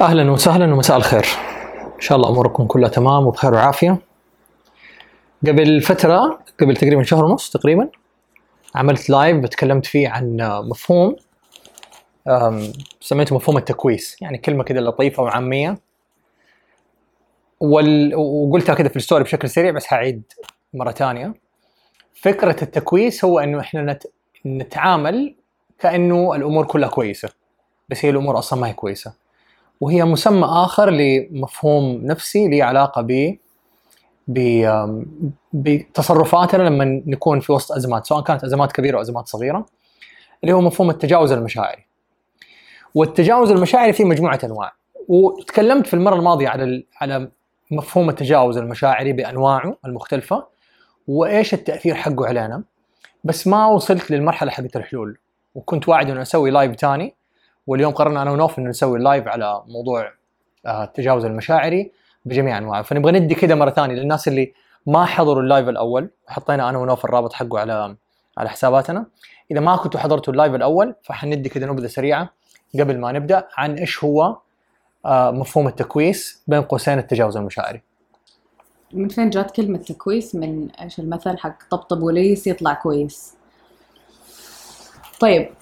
أهلا وسهلا ومساء الخير. إن شاء الله أموركم كلها تمام وبخير وعافية. قبل فترة، قبل تقريبا شهر ونص تقريبا، عملت لايف تكلمت فيه عن مفهوم سميته مفهوم التكويس، يعني كلمة كده لطيفة وعامية، وقلتها كده في الستوري بشكل سريع بس هعيد مرة تانية. فكرة التكويس هو أنه إحنا نتعامل كأنه الأمور كلها كويسة، بس هي الأمور أصلا ما هي كويسة، وهي مسمى آخر لمفهوم نفسي ليه علاقة بتصرفاتنا لما نكون في وسط أزمات، سواء كانت أزمات كبيرة أو أزمات صغيرة، اللي هو مفهوم التجاوز المشاعري. والتجاوز المشاعري فيه مجموعة أنواع، وتكلمت في المرة الماضية على مفهوم التجاوز المشاعري بأنواعه المختلفة وإيش التأثير حقه علينا، بس ما وصلت للمرحلة حقت الحلول، وكنت واعد أن أسوي لايف تاني، واليوم قررنا أنا ونوف أن نسوي لايف على موضوع التجاوز المشاعري بجميع أنواعه. فنبغى ندي كده مرة ثانية للناس اللي ما حضروا اللايف الأول، حطينا أنا ونوف الرابط حقه على حساباتنا. إذا ما كنتوا حضرتوا اللايف الأول فحندي كده نبذة سريعة قبل ما نبدأ عن إيش هو مفهوم التكويس بين قوسين التجاوز المشاعري. من فين جات كلمة تكويس؟ من إيش المثل حق طبطب وليس يطلع كويس. طيب،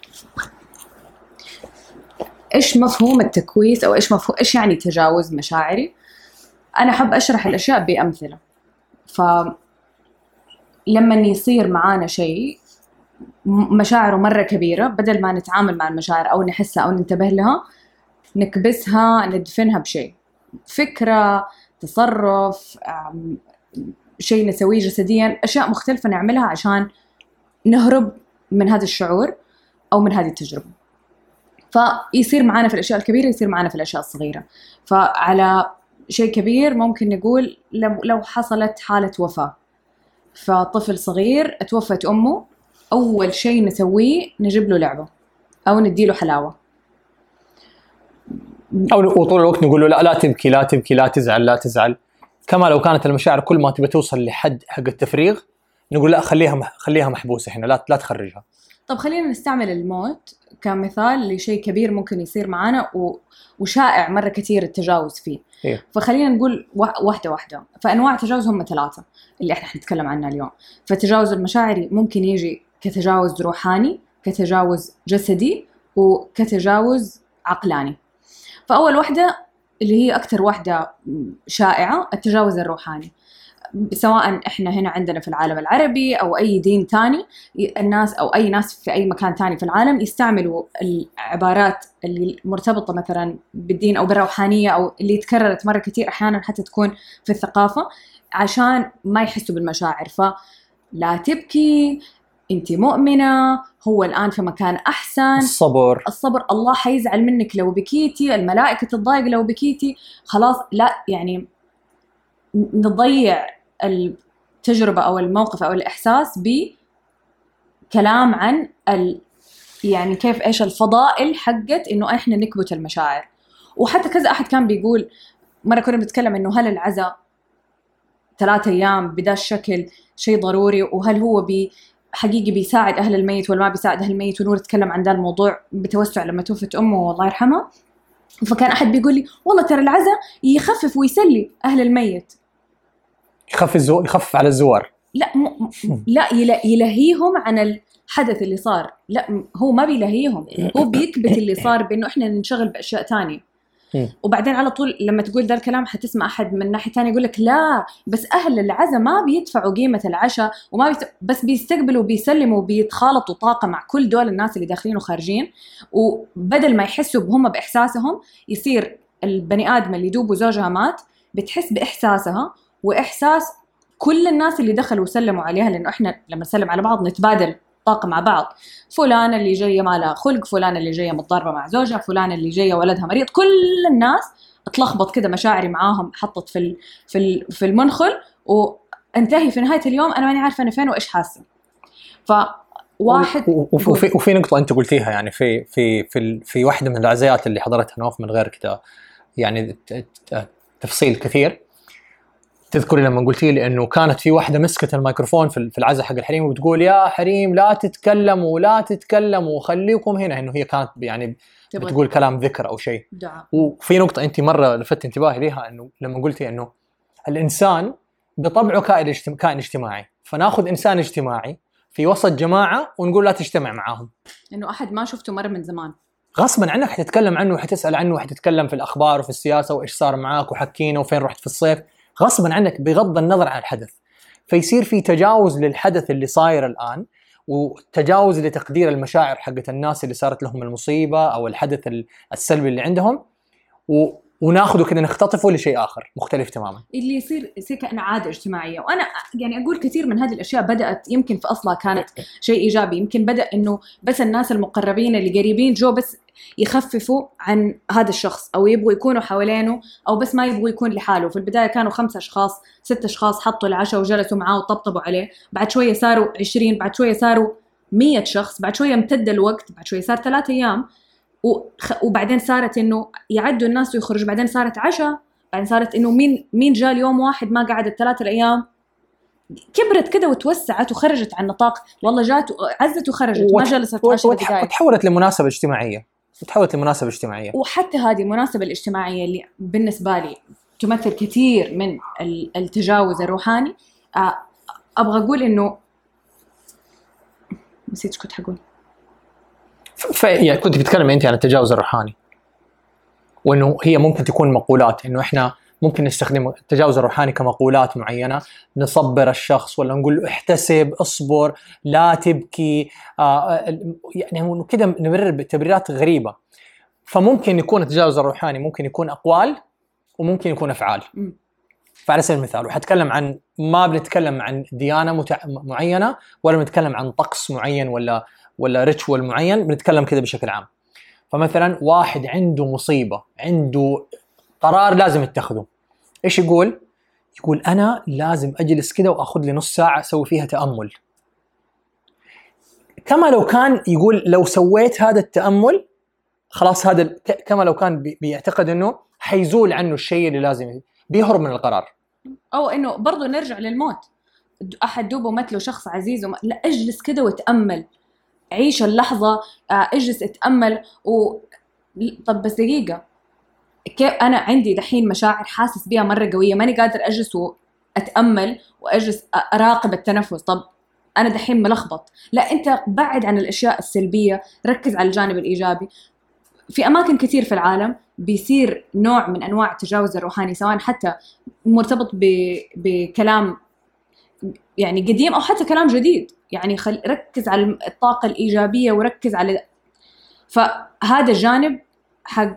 إيش مفهوم التكويس أو إيش يعني تجاوز مشاعري؟ أنا أحب أشرح الأشياء بأمثلة. فلما يصير معانا شيء مشاعره مرة كبيرة، بدل ما نتعامل مع المشاعر أو نحسها أو ننتبه لها، نكبسها ندفنها بشيء، فكرة، تصرف، شيء نسويه جسديا، أشياء مختلفة نعملها عشان نهرب من هذا الشعور أو من هذه التجربة. فيصير معانا في الأشياء الكبيرة، يصير معانا في الأشياء الصغيرة. فعلى شيء كبير ممكن نقول لو حصلت حالة وفاة، فطفل صغير اتوفت أمه، أول شيء نسويه نجيب له لعبة أو نديله حلاوة، أو طول الوقت نقول له لا تبكي لا تبكي، لا تزعل لا تزعل. كما لو كانت المشاعر كل ما تبي توصل لحد حق التفريغ نقول لا خليها محبوسة هنا، لا تخرجها. طب خلينا نستعمل الموت كمثال لشيء كبير ممكن يصير معنا وشائع مرة كثير التجاوز فيه. إيه؟ فخلينا نقول واحدة. فأنواع التجاوز هم 3 اللي احنا حنتكلم عنها اليوم. فالتجاوز المشاعري ممكن يجي كتجاوز روحاني، كتجاوز جسدي، وكتجاوز عقلاني. فأول واحدة اللي هي أكتر واحدة شائعة، التجاوز الروحاني. سواء إحنا هنا عندنا في العالم العربي أو أي دين تاني، الناس أو أي ناس في أي مكان تاني في العالم يستعملوا العبارات اللي مرتبطة مثلا بالدين أو بالروحانية أو اللي تكررت مرة كتير أحيانا حتى تكون في الثقافة، عشان ما يحسوا بالمشاعر. فلا تبكي، أنت مؤمنة، هو الآن في مكان أحسن، الصبر، الله حيزعل منك لو بكيتي، الملائكة تتضايق لو بكيتي، خلاص لا، يعني نضيع التجربة أو الموقف أو الإحساس بكلام عن يعني كيف إيش الفضائل حقت إنه إحنا نكبت المشاعر. وحتى كذا أحد كان بيقول، مرة كنا بنتكلم إنه هل العزاء 3 أيام بدا الشكل شيء ضروري، وهل هو حقيقي بيساعد أهل الميت ولا ما بيساعد أهل الميت؟ ونور تكلم عن ذا الموضوع بتوسع لما توفت أمه الله يرحمها. فكان أحد بيقول لي والله ترى العزاء يخفف ويسلي أهل الميت، يخفف على الزوار. لا يلهيهم عن الحدث اللي صار. لا، هو ما بيلهيهم، هو بيكبت اللي صار بأنه إحنا ننشغل بأشياء تانية. وبعدين على طول لما تقول ذا الكلام حتسمع أحد من ناحية تانية يقول لك لا، بس أهل العزاء ما بيدفعوا قيمة العشاء وما بس بيستقبلوا وبيسلموا وبيتخالطوا طاقة مع كل دول الناس اللي داخلين وخارجين، وبدل ما يحسوا بهم بإحساسهم يصير البني آدم اللي دوب زوجها مات بتحس بإحساسها وإحساس كل الناس اللي دخلوا وسلموا عليها، لأنه إحنا لما نسلم على بعض نتبادل طاقة مع بعض. فلان اللي جاية ما لها خلق، فلان اللي جاية متضاربة مع زوجها، فلان اللي جاية ولدها مريض، كل الناس اتلخبط كده مشاعري معاهم، حطت في المنخل، وانتهي في نهاية اليوم أنا ماني عارفة أنا فين وإيش حاسة. فواحد وفي نقطة أنت قلتيها، يعني في واحدة من العزايات اللي حضرتها نوف من غير كده يعني تفصيل كثير، تذكري لما قلتي لي انه كانت في واحده مسكت الميكروفون في العزاء حق الحريم وبتقول يا حريم لا تتكلموا لا تتكلموا خليكم هنا، انه هي كانت يعني بتقول كلام ذكر او شيء. وفي نقطه انت مره لفت انتباهي ليها، انه لما قلتي انه الانسان بطبعه كائن اجتماعي، فناخذ انسان اجتماعي في وسط جماعه ونقول لا تجتمع معاهم، انه احد ما شفته مره من زمان غصبا عنك حتتكلم عنه وحتسال عنه وحتتكلم في الاخبار وفي السياسه وايش صار معاك وحكينا وفين رحت في الصيف، غصبا عنك بغض النظر عن الحدث. فيصير في تجاوز للحدث اللي صاير الآن، وتجاوز لتقدير المشاعر حقت الناس اللي صارت لهم المصيبة أو الحدث السلبي اللي عندهم، وناخده كده نختطفه لشيء آخر مختلف تماما، اللي يصير كأنه عادة اجتماعية. وأنا يعني أقول كثير من هذه الأشياء بدأت يمكن في أصلها كانت شيء إيجابي، يمكن بدأ إنه بس الناس المقربين اللي قريبين جو بس يخففوا عن هذا الشخص أو يبغوا يكونوا حوالينه أو بس ما يبغوا يكون لحاله. في البداية كانوا 5 أشخاص 6 أشخاص حطوا العشاء وجلسوا معاه وطبطبوا عليه، بعد شوية صاروا 20، بعد شوية صاروا 100 شخص، بعد شوية امتد الوقت، بعد شوية صار 3 أيام، وبعدين صارت إنه يعدوا الناس ويخرجوا، بعدين صارت عشاء، بعدين صارت إنه مين جاء اليوم واحد ما قعد ال3 أيام. كبرت كده وتوسعت وخرجت عن نطاق، والله جات عزت وخرجت ما جلست 10 دقائق وتحولت لمناسبة اجتماعية. وحتى هذه المناسبة الاجتماعية اللي بالنسبة لي تمثل كثير من التجاوز الروحاني. أبغى أقول إنه نسيت كنت حقول. يعني كنت بتكلم أنت عن التجاوز الروحاني، وإنه هي ممكن تكون مقولات، إنه إحنا ممكن نستخدم التجاوز الروحاني كمقولات معينة نصبر الشخص، ولا نقول له احتسب اصبر لا تبكي، يعني كده نبرر بتبريرات غريبة. فممكن يكون التجاوز الروحاني ممكن يكون أقوال وممكن يكون أفعال. فعلى سبيل المثال، وحتكلم عن، ما بنتكلم عن ديانة معينة ولا بنتكلم عن طقس معين ولا ريتشوال معين، بنتكلم كده بشكل عام. فمثلا واحد عنده مصيبة، عنده قرار لازم يتخذه، إيش يقول أنا لازم أجلس كده وأخذ لي نص ساعة أسوي فيها تأمل. كما لو كان يقول لو سويت هذا التأمل خلاص، هذا كما لو كان بيعتقد إنه حيزول عنه الشيء اللي لازم، بيهرب من القرار. أو إنه برضو نرجع للموت، أحد دوبه مثله شخص عزيز لا أجلس كده وتأمل، عيش اللحظة، اجلس اتأمل طب بس دقيقة، كيف أنا عندي دحين مشاعر حاسس بيها مرة قوية، ماني قادر أجلس وأتأمل وأجلس أراقب التنفس، طب أنا دحين ملخبط. لا، أنت بعد عن الأشياء السلبية، ركز على الجانب الإيجابي. في أماكن كثير في العالم بيصير نوع من أنواع التجاوز الروحاني، سواء حتى مرتبط بكلام يعني قديم أو حتى كلام جديد، يعني ركز على الطاقة الإيجابية وركز على، فهذا الجانب حق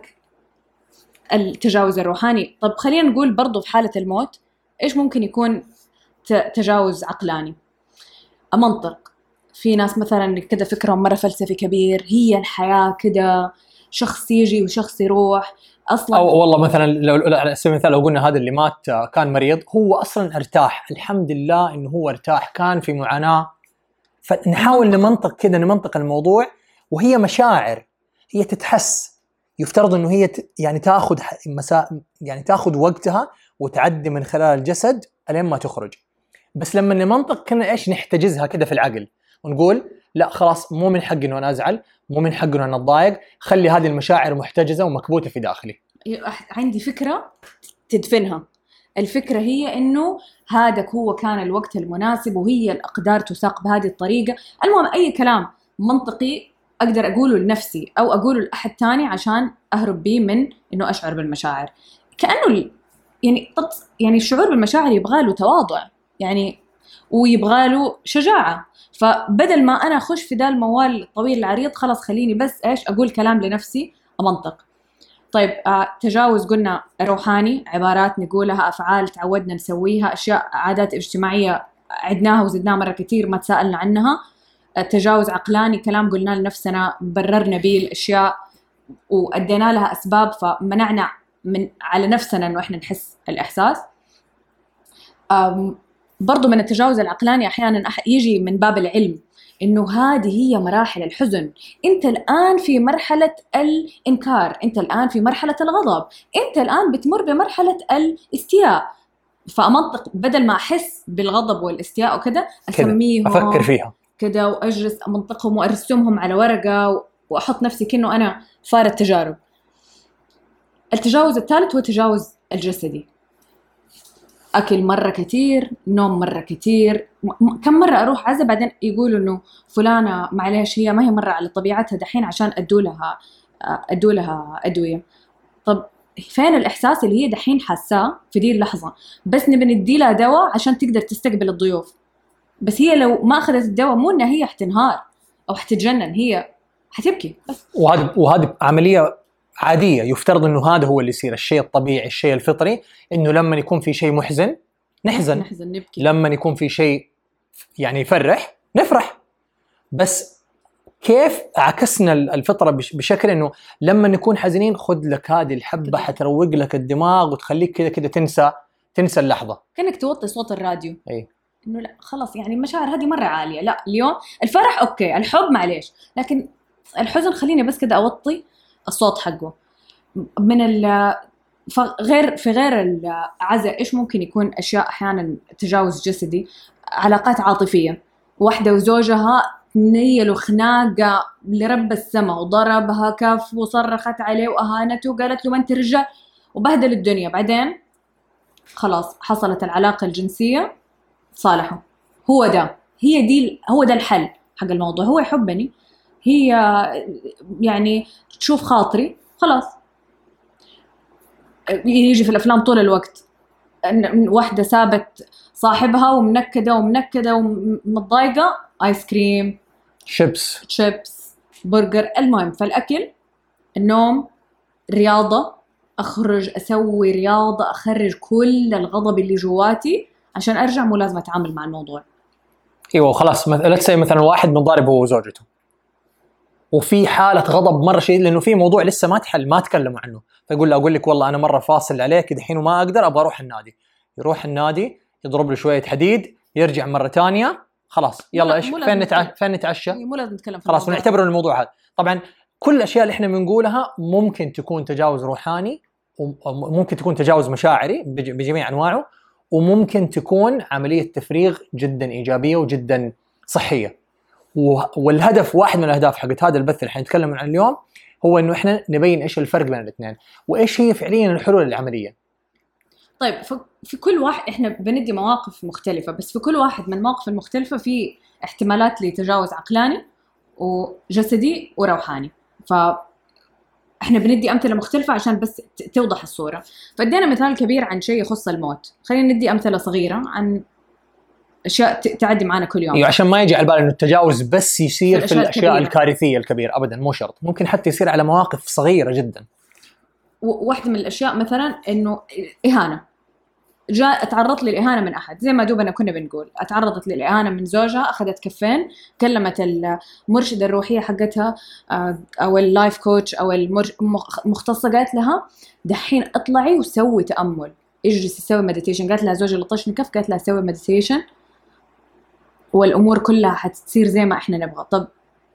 التجاوز الروحاني. طب خلينا نقول برضو في حالة الموت إيش ممكن يكون تجاوز عقلاني؟ منطق. في ناس مثلا كده فكرهم مرة فلسفي كبير، هي الحياة كده شخص يجي وشخص يروح أصلا. أو والله مثلا لو على سبيل المثال لو قلنا هذا اللي مات كان مريض، هو أصلا ارتاح، الحمد لله إنه هو ارتاح، كان في معاناة. فنحاول نمنطق كده، نمنطق الموضوع، وهي مشاعر هي تتحس، يفترض إنه هي يعني تأخذ وقتها وتعدي من خلال الجسد ألين ما تخرج. بس لما نمنطق كنا إيش نحتجزها كده في العقل ونقول لا خلاص، مو من حق إنه أنا أزعل، مو من حق إنه أنا أتضايق، خلي هذه المشاعر محتجزة ومكبوتة في داخلي. عندي فكرة تدفنها. الفكرة هي إنه هذا هو كان الوقت المناسب، وهي الأقدار تساق بهذه الطريقة. المهم أي كلام منطقي أقدر أقوله لنفسي أو أقوله لأحد تاني عشان أهرب بيه من إنه أشعر بالمشاعر. كأنه يعني الشعور بالمشاعر يبغاله تواضع يعني، ويبغاله شجاعة. فبدل ما أنا أخش في ذا الموال الطويل العريض، خلاص خليني بس إيش أقول كلام لنفسي أمنطق. طيب تجاوز قلنا روحاني، عبارات نقولها، أفعال تعودنا نسويها، أشياء عادات اجتماعية عدناها وزدناها مرة كتير ما تساءلنا عنها. تجاوز عقلاني، كلام قلنا لنفسنا بررنا به الأشياء وأدينا لها أسباب فمنعنا على نفسنا أنه إحنا نحس الإحساس. برضو من التجاوز العقلاني أحيانا يجي من باب العلم، إنه هذه هي مراحل الحزن، أنت الآن في مرحلة الإنكار، أنت الآن في مرحلة الغضب، أنت الآن بتمر بمرحلة الاستياء. فأمنطق بدل ما أحس بالغضب والاستياء وكذا أسميهم، أفكر فيها كذا وأجلس أمنطقهم وأرسمهم على ورقة وأحط نفسي كأنه أنا صارت تجارب. التجاوز الثالث هو التجاوز الجسدي. أكل مرة كتير، نوم مرة كتير. كم مرة أروح عزا بعدين يقولوا إنه فلانة معلش هي ما هي مرة على طبيعتها دحين عشان أدوا لها أدوية. طب فين الإحساس اللي هي دحين حاساه في دي اللحظة؟ بس نبي ندي لها دواء عشان تقدر تستقبل الضيوف. بس هي لو ما أخذت الدواء مو إنها هي حتنهار أو حتتجنن، هي حتبكي بس. وهذه عملية عادية، يفترض إنه هذا هو اللي يصير، الشيء الطبيعي الشيء الفطري، إنه لما يكون في شيء محزن نحزن نبكي، لما يكون في شيء يعني يفرح نفرح. بس كيف عكسنا الفطرة بشكل إنه لما نكون حزينين خذ لك هذه الحبة حتروق لك الدماغ وتخليك كذا كذا تنسى اللحظة، كأنك توطي صوت الراديو. أي إنه لا خلاص يعني المشاعر هذه مرة عالية. لا اليوم الفرح أوكي، الحب معليش، لكن الحزن خليني بس كده أوطي الصوت حقه. من في غير العزاء إيش ممكن يكون أشياء أحيانا تجاوز جسدي؟ علاقات عاطفية، واحدة وزوجها نيلوا خناقة لرب السماء وضربها كف وصرخت عليه وأهانته وقالت له ما أنت رجال وبهدل الدنيا، بعدين خلاص حصلت العلاقة الجنسية صالحوا. هو ده الحل حق الموضوع. هو يحبني، هي يعني تشوف خاطري، خلاص. يجي في الأفلام طول الوقت واحدة سابت صاحبها ومنكدة ومتضايقة، آيس كريم، شيبس، برجر، المهم. فالأكل، النوم، رياضة، أخرج أسوي رياضة، أخرج كل الغضب اللي جواتي عشان أرجع. مو لازم أتعامل مع الموضوع. ايوه خلاص. مثلا واحد مضارب هو وزوجته وفي حالة غضب مرة شديد لأنه في موضوع لسه ما تحل، ما تكلموا عنه، فيقول له أقول لك والله أنا مرة فاصل عليك دحين وما أقدر، أبغى أروح النادي. يروح النادي، يضرب له شوية حديد، يرجع مرة تانية، خلاص يلا إيش فين نتعشى؟ مو لازم نتكلم في خلاص ونعتبر الموضوع هذا. طبعا كل الأشياء اللي إحنا بنقولها ممكن تكون تجاوز روحاني، وممكن تكون تجاوز مشاعري بجميع أنواعه، وممكن تكون عملية تفريغ جدا إيجابية وجدا صحية. والهدف، واحد من الأهداف حقت هذا البث اللي حنتكلم عنه اليوم، هو إنه إحنا نبين إيش الفرق بين الاثنين وإيش هي فعليا الحلول العملية. طيب في كل واحد إحنا بندي مواقف مختلفة، بس في كل واحد من المواقف المختلفة في احتمالات لتجاوز عقلاني وجسدي وروحاني. فإحنا بندي أمثلة مختلفة عشان بس توضح الصورة. فادينا مثال كبير عن شيء يخص الموت، خلينا ندي أمثلة صغيرة عن أشياء تعدي معنا كل يوم. أيوة، عشان ما يجي على بالي إنه التجاوز بس يصير في الأشياء الكارثية الكبيرة، أبدا مو شرط، ممكن حتى يصير على مواقف صغيرة جدا. واحدة من الأشياء مثلا إنه إهانة، اتعرضت للإهانة من أحد، زي ما دوبنا كنا بنقول اتعرضت للإهانة من زوجها، أخذت كفين، كلمت المرشدة الروحية حقتها أو اللايف كوتش أو المختصة، قالت لها دحين اطلعي وسوي تأمل، اجلسي سوي مديتيشن. قالت لها زوجي لطشني كف، قالت لها سوي مديتيشن والأمور كلها حتصير زي ما إحنا نبغى. طب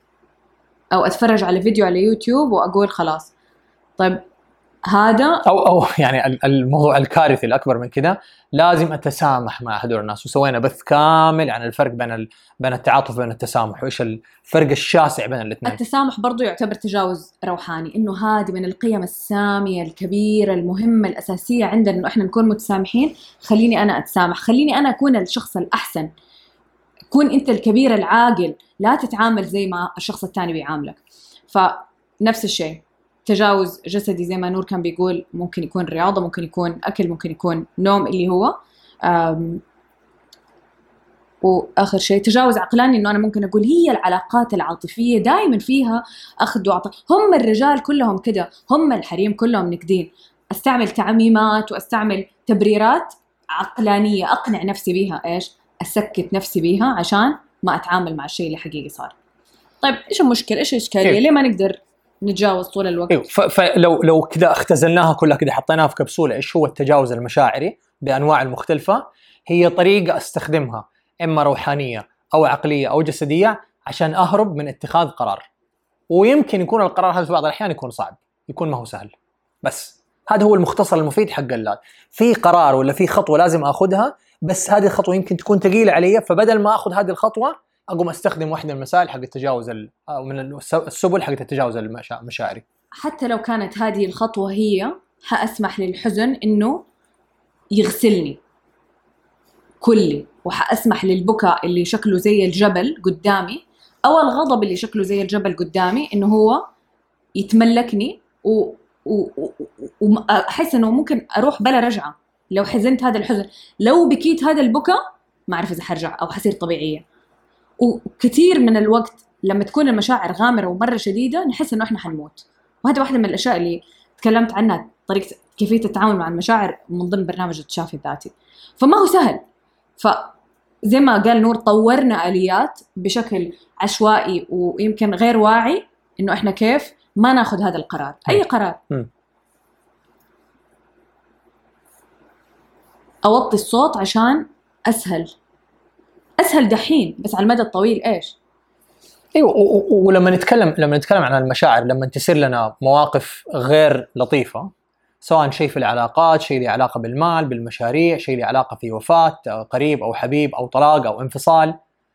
أو أتفرج على فيديو على يوتيوب وأقول خلاص. طيب هذا أو يعني الموضوع الكارثي الأكبر من كده، لازم أتسامح مع هذول الناس. وسوينا بث كامل عن الفرق بين التعاطف وبين التسامح، وإيش الفرق الشاسع بين الاثنين. التسامح برضو يعتبر تجاوز روحاني، إنه هذه من القيم السامية الكبيرة المهمة الأساسية عندنا، إنه إحنا نكون متسامحين. خليني أنا أتسامح، خليني أنا أكون الشخص الأحسن، كون أنت الكبير العاقل، لا تتعامل زي ما الشخص الثاني بيعاملك. فنفس الشيء تجاوز جسدي زي ما نور كان بيقول، ممكن يكون رياضة، ممكن يكون أكل، ممكن يكون نوم اللي هو وآخر شيء تجاوز عقلاني، إنه أنا ممكن أقول هي العلاقات العاطفية دائما فيها أخذ وعطاء، هم الرجال كلهم كده، هم الحريم كلهم نكدين. أستعمل تعميمات وأستعمل تبريرات عقلانية أقنع نفسي بيها، إيش أسكت نفسي بيها عشان ما أتعامل مع الشيء اللي حقيقي صار. طيب إيش المشكلة؟ إيش الإشكالية؟ ليه ما نقدر نتجاوز طول الوقت؟ أيوه، فلو كذا اختزلناها كلها كذا، حطيناها في كبسولة، إيش هو التجاوز المشاعري بأنواع المختلفة؟ هي طريقة أستخدمها إما روحانية أو عقلية أو جسدية عشان أهرب من اتخاذ قرار. ويمكن يكون القرار هذا في بعض الأحيان يكون صعب، يكون ما هو سهل، بس هذا هو المختصر المفيد حق اللات. في قرار ولا في خطوه لازم اخذها، بس هذه الخطوه يمكن تكون ثقيله علي، فبدل ما اخذ هذه الخطوه اقوم استخدم واحده من المسائل حق التجاوز او من السبل حق التجاوز المشاعري. حتى لو كانت هذه الخطوه هي حاسمح للحزن انه يغسلني كلي، وحاسمح للبكاء اللي شكله زي الجبل قدامي او الغضب اللي شكله زي الجبل قدامي انه هو يتملكني، واحس انه ممكن اروح بلا رجعه. لو حزنت هذا الحزن، لو بكيت هذا البكاء، ما اعرف اذا حرجع او حصير طبيعيه. وكثير من الوقت لما تكون المشاعر غامره ومره شديده نحس انه احنا حنموت. وهذا واحده من الاشياء اللي تكلمت عنها، طريقه كيفيه التعامل مع المشاعر من ضمن برنامج التشافي الذاتي. فما هو سهل. فزي ما قال نور، طورنا اليات بشكل عشوائي ويمكن غير واعي انه احنا كيف ما ناخذ هذا القرار. اي قرار. اوطي الصوت عشان اسهل دحين، بس على المدى الطويل ايش؟ ايوه. ولما نتكلم عن المشاعر، لما تصير لنا مواقف غير لطيفه، سواء شيء في العلاقات، شيء له علاقه بالمال، بالمشاريع، شيء له علاقه في وفاه قريب او حبيب او طلاق او انفصال،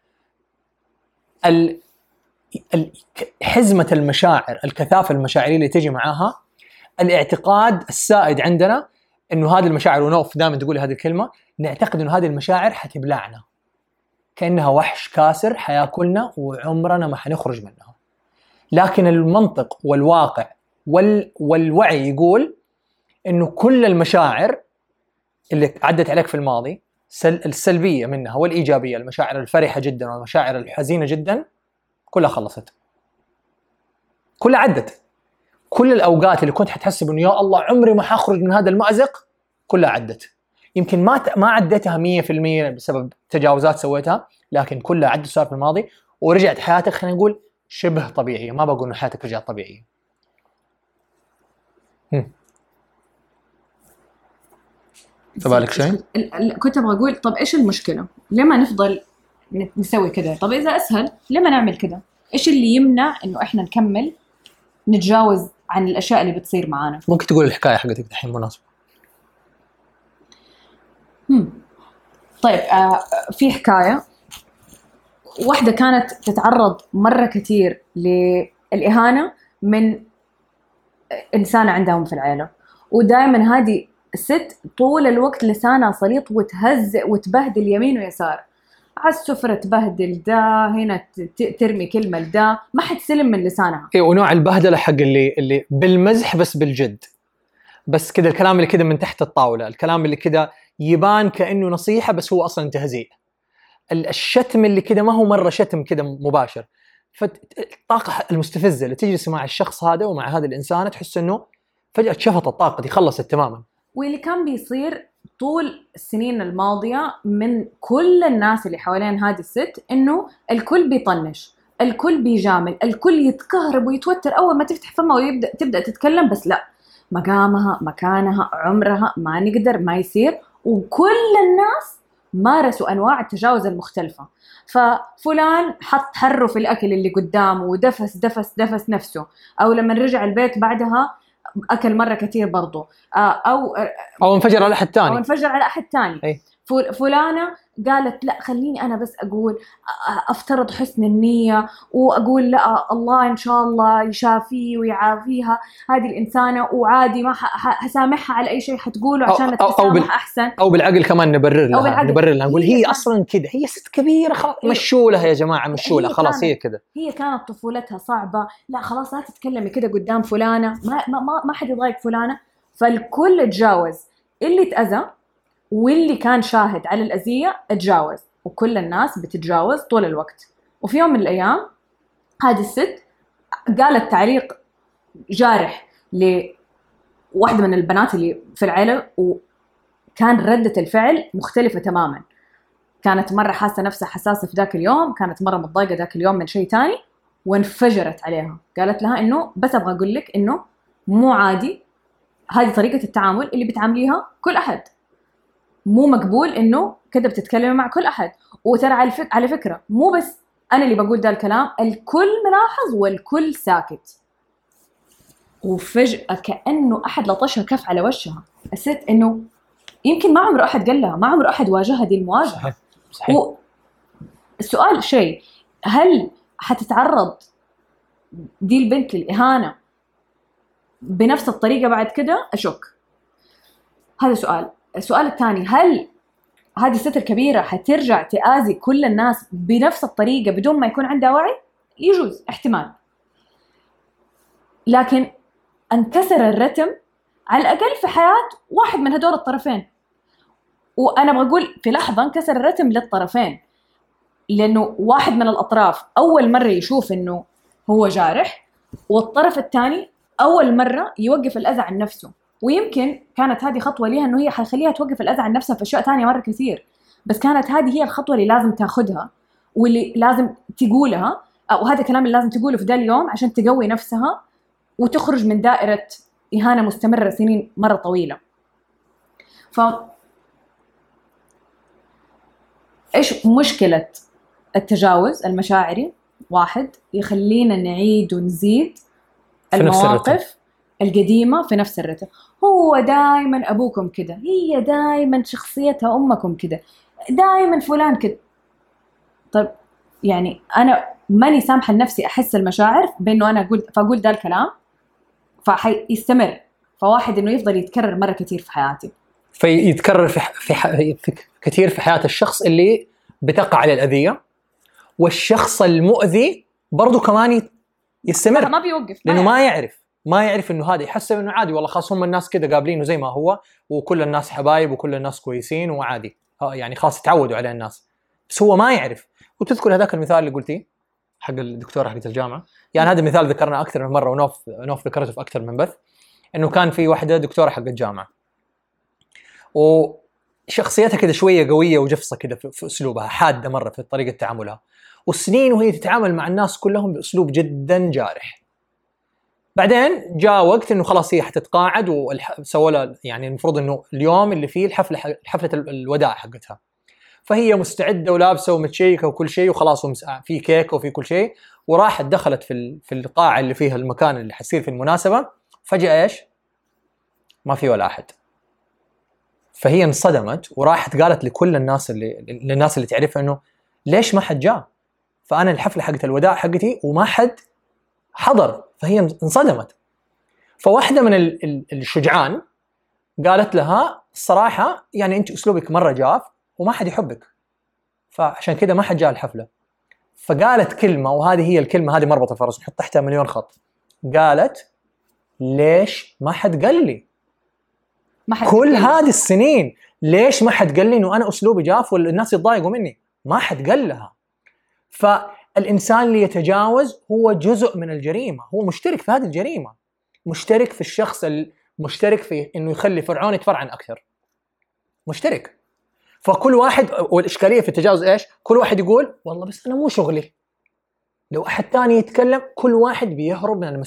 حزمه المشاعر، الكثافه المشاعريه اللي تجي معاها، الاعتقاد السائد عندنا انه هذه المشاعر، ونوف دائما تقول هذه الكلمه، نعتقد انه هذه المشاعر حتبلعنا كانها وحش كاسر حياكلنا وعمرنا ما حنخرج منها. لكن المنطق والواقع والوعي يقول انه كل المشاعر اللي عدت عليك في الماضي، السلبيه منها والايجابيه، المشاعر الفرحه جدا والمشاعر الحزينه جدا، كلها خلصت، كلها عدت. كل الاوقات اللي كنت حتحسب انه يا الله عمري ما حخرج من هذا المأزق، كلها عدت. يمكن ما عديتها 100% بسبب تجاوزات سويتها، لكن كلها عدت، صار في الماضي، ورجعت حياتك خلينا نقول شبه طبيعيه. ما بقول انه حياتك رجعت طبيعيه. فبالك شيء؟ كنت ابغى اقول طب ايش المشكله؟ ليه ما نفضل نسوي كذا؟ طب اذا اسهل ليه ما نعمل كذا؟ ايش اللي يمنع انه احنا نكمل نتجاوز عن الاشياء اللي بتصير معانا؟ ممكن تقول الحكايه حقتك الحين مناسبه. طيب في حكايه واحده كانت تتعرض مره كثير للاهانه من انسانه عندهم في العيله، ودائما هذه الست طول الوقت لسانها سليط وتهزئ وتبهدل يمين ويسار، على السفرة تبهدل ده، هنا ترمي كلمة لده، ما حتسلم من لسانها. ايه، ونوع البهدلة حق اللي بالمزح بس بالجد، بس كده الكلام اللي كده من تحت الطاولة، الكلام اللي كده يبان كأنه نصيحة بس هو أصلا تهزيء، الشتم اللي كده ما هو مرة شتم كده مباشر. فالطاقة المستفزة اللي تجلس مع الشخص هذا ومع هذه الإنسانة تحس إنه فجأة شفط الطاقة دي، خلصت تماما. واللي كان بيصير طول السنين الماضية من كل الناس اللي حوالين هذه الست إنه الكل بيطنش، الكل بيجامل، الكل يتكهرب ويتوتر أول ما تفتح فمها تبدأ تتكلم، بس لا، مقامها، مكانها، عمرها، ما نقدر، ما يصير. وكل الناس مارسوا أنواع التجاوز المختلفة. ففلان حط حره في الأكل اللي قدامه ودفس دفس دفس نفسه، أو لما رجع البيت بعدها أكل مرة كتير برضو، أو انفجر على أحد تاني، أو انفجر على أحد تاني. فلانة قالت لا خليني أنا بس أقول أفترض حسن النية وأقول لا الله إن شاء الله يشافيه ويعافيها هذه الإنسانة، وعادي ما حسامحها على أي شيء حتقوله عشان تتسامح أحسن. أو بالعقل كمان نبرر لها نقول هي أصلا كده، هي ست كبيرة، مشوا لها يا جماعة، مشوا لها خلاص، هي كده، هي كانت طفولتها صعبة، لا خلاص لا تتكلمي كده قدام فلانة، ما حد يضايق فلانة. فالكل تجاوز، اللي تأذى واللي كان شاهد على الأذية اتجاوز، وكل الناس بتتجاوز طول الوقت. وفي يوم من الأيام هذه الست قالت تعليق جارح لواحدة من البنات اللي في العيلة، وكان ردة الفعل مختلفة تماما. كانت مرة حاسة نفسها حساسة في ذاك اليوم، كانت مرة متضايقة ذاك اليوم من شيء تاني، وانفجرت عليها. قالت لها إنه بس أبغى أقول لك إنه مو عادي هذه طريقة التعامل اللي بتعامليها كل أحد، مو مقبول إنه كده بتتكلمي مع كل أحد. وترى على فكرة مو بس أنا اللي بقول ده الكلام، الكل ملاحظ والكل ساكت. وفجأة كأنه أحد لطشها كف على وجهها. حسيت إنه يمكن ما عمره أحد قال لها، ما عمره أحد واجهها دي المواجهة. صحيح. السؤال شيء، هل حتتعرض دي البنت للإهانة بنفس الطريقة بعد كده؟ أشك. هذا سؤال. السؤال الثاني، هل هذه الست الكبيرة حترجع تآذي كل الناس بنفس الطريقة بدون ما يكون عندها وعي؟ يجوز، احتمال. لكن انكسر الرتم على الأقل في حياة واحد من هدول الطرفين. وأنا بقول في لحظة انكسر الرتم للطرفين، لأنه واحد من الأطراف أول مرة يشوف إنه هو جارح، والطرف الثاني أول مرة يوقف الأذى عن نفسه. ويمكن كانت هذه خطوة ليها إنه هي حيخليها توقف الأذى عن نفسها في أشياء تانية مرة كثير، بس كانت هذه هي الخطوة اللي لازم تاخدها واللي لازم تقولها، أو هذا الكلام اللي لازم تقوله في ذا اليوم عشان تقوي نفسها وتخرج من دائرة إهانة مستمرة سنين مرة طويلة. إيش مشكلة التجاوز المشاعري؟ واحد، يخلينا نعيد ونزيد المواقف القديمة في نفس الرتم. هو دائما أبوكم كده، هي دائما شخصيتها أمكم كده، دائما فلان كده. طيب يعني أنا ماني سامحة لنفسي أحس المشاعر بأنه أنا فأقول ده الكلام فحيستمر، فواحد إنه يفضل يتكرر مرة كتير في حياتي، فيتكرر في كثير في حياة الشخص اللي بتقع على الأذية، والشخص المؤذي برضو كمان يستمر، ما بيوقف، لأنه ما يعرف إنه هذا، يحسب إنه عادي، والله خاص هم الناس كده قابلينه زي ما هو، وكل الناس حبايب وكل الناس كويسين وعادي، يعني خاص تعودوا على الناس، بس هو ما يعرف. وتذكر هذاك المثال اللي قلتيه حق الدكتورة حقت الجامعة، يعني هذا المثال ذكرنا أكثر من مرة، ونوف ذكرته في أكثر من بث، إنه كان في واحدة دكتورة حقت الجامعة وشخصيتها كده شوية قوية وجفصة كده في أسلوبها، حادة مرة في طريقة تعاملها، والسنين وهي تتعامل مع الناس كلهم بأسلوب جدا جارح. بعدين جاء وقت إنه خلاص هي حتتقاعد وسووا لها، يعني المفروض إنه اليوم اللي فيه حفلة الوداع حقتها، فهي مستعدة ولابسة ومتشيكة وكل شيء وخلاص، في كيك وفي كل شيء، وراحت دخلت في القاعة اللي فيها المكان اللي حيصير في المناسبة، فجأة إيش؟ ما في ولا أحد. فهي انصدمت وراحت قالت لكل الناس اللي تعرفها إنه ليش ما حد جاء؟ فأنا الحفلة حقت الوداع حقتي وما حد حضر. فهي انصدمت. فواحدة من الشجعان قالت لها الصراحة يعني أنت أسلوبك مرة جاف وما حد يحبك، فعشان كده ما حد جاء الحفلة. فقالت كلمة، وهذه هي الكلمة، هذه مربط الفرس، نحط تحتها مليون خط. قالت ليش ما حد قال لي؟ كل هذه السنين ليش ما حد قال لي إنه أنا أسلوبي جاف والناس يتضايقوا مني؟ ما حد قال لها. فالإنسان اللي يتجاوز هو جزء من الجريمة، هو مشترك في هذه الجريمة، مشترك في الشخص المشترك في إنه يخلي فرعون يتفرعن أكثر، مشترك. فكل واحد، والإشكالية في التجاوز إيش؟ كل واحد يقول والله بس أنا مو شغلي. لو أحد تاني يتكلم، كل واحد بيهرب من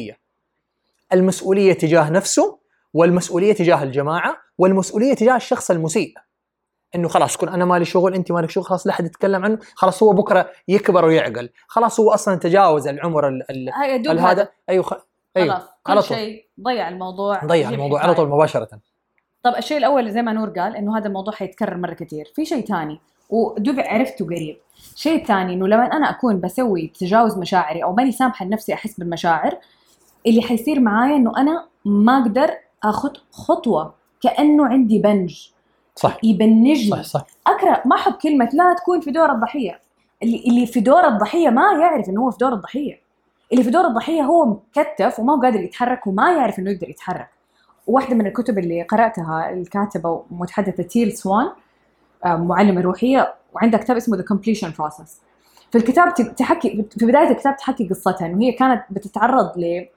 المسؤولية تجاه نفسه، والمسؤولية تجاه الجماعة، والمسؤولية تجاه الشخص المسيء. إنه خلاص كن أنا مالي شغل، أنت مالك شغل، خلاص لا أحد يتكلم عنه، خلاص هو بكرة يكبر ويعقل، خلاص هو أصلا تجاوز العمر هذا. أيوه كل شيء ضيع الموضوع على طول مباشرة. طب الشيء الأول زي ما نور قال إنه هذا الموضوع حيتكرر مرة كتير. في شيء تاني ودوب عرفته قريب، شيء تاني إنه لما أنا أكون بسوي تجاوز مشاعري أو ماني سامحة لنفسي أحس بالمشاعر، اللي حيصير معايا إنه أنا ما أقدر أخذ خطوة، كأنه عندي بنج، صح، يبنجني. صح. أكره، ما أحب كلمة لا تكون في دور الضحية. اللي في دور الضحية ما يعرف إنه هو في دور الضحية. اللي في دور الضحية هو مكتف وما هو قادر يتحرك وما يعرف إنه يقدر يتحرك. واحدة من الكتب اللي قرأتها الكاتبة ومتحدثة تيل سوان، معلمة روحية، وعندها كتاب اسمه The Completion Process. في الكتاب تحكي، في بداية الكتاب تحكي قصتها إنه هي كانت بتتعرض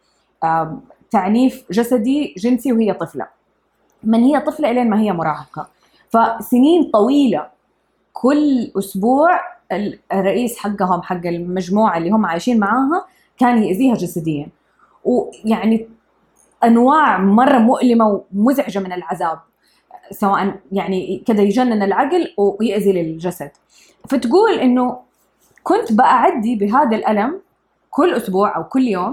لتعنيف جسدي جنسي وهي طفلة، من هي طفلة إلين ما هي مراهقة. فسنين طويلة كل أسبوع الرئيس حقهم، حق المجموعة اللي هم عايشين معاها، كان يأذيها جسديا، ويعني أنواع مرة مؤلمة ومزعجة من العذاب، سواء يعني كده يجنن العقل ويأذي للجسد. فتقول إنه كنت بأعدي بهذا الألم كل أسبوع أو كل يوم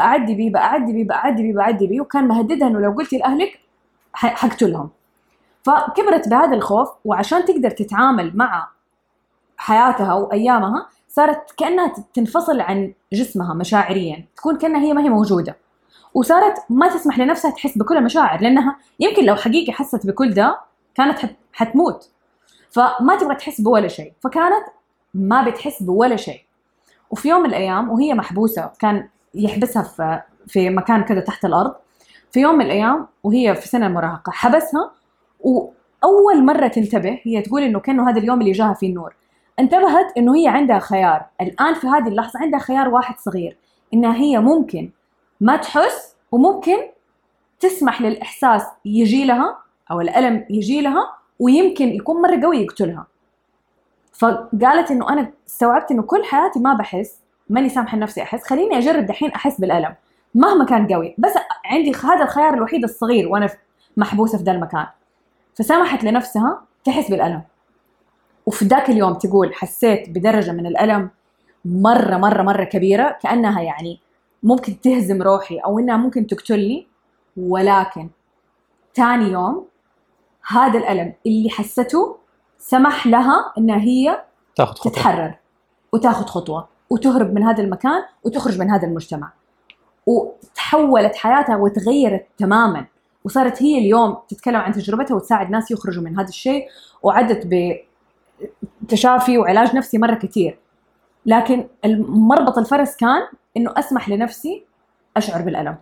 بأعدي بيه، وكان مهددها إنه لو قلتي لأهلك حقتلهم. فكبرت بهذا الخوف، وعشان تقدر تتعامل مع حياتها وأيامها صارت كأنها تنفصل عن جسمها مشاعريا، تكون كأنها هي ما هي موجودة، وصارت ما تسمح لنفسها تحس بكل المشاعر، لأنها يمكن لو حقيقة حست بكل ده كانت حتموت. فما تبغى تحس بولا شيء، فكانت ما بتحس بولا شيء. وفي يوم من الأيام وهي محبوسة، كان يحبسها في مكان كذا تحت الأرض. في يوم من الأيام وهي في سنة المراهقة حبسها، وأول مرة تنتبه هي تقول إنه كأنه هذا اليوم اللي جاها فيه النور. انتبهت إنه هي عندها خيار الآن في هذه اللحظة، عندها خيار واحد صغير، إنها هي ممكن ما تحس، وممكن تسمح للإحساس يجي لها أو الألم يجي لها، ويمكن يكون مرة قوي يقتلها. فقالت إنه أنا استوعبت إنه كل حياتي ما بحس، ماني سامحة لنفسي أحس، خليني أجرب دحين أحس بالألم مهما كان قوي، بس عندي هذا الخيار الوحيد الصغير وأنا محبوسة في ذا المكان. فسمحت لنفسها تحس بالألم. وفي ذاك اليوم تقول حسيت بدرجة من الألم مرة مرة مرة كبيرة، كأنها يعني ممكن تهزم روحي أو إنها ممكن تقتلني. ولكن تاني يوم هذا الألم اللي حسته سمح لها إنها هي تتحرر وتاخذ خطوة وتهرب من هذا المكان وتخرج من هذا المجتمع. وتحولت حياتها وتغيرت تماما، وصارت هي اليوم تتكلم عن تجربتها وتساعد ناس يخرجوا من هذا الشيء، وعدت بتشافي وعلاج نفسي مرة كتير. لكن مربط الفرس كان إنه أسمح لنفسي أشعر بالألم،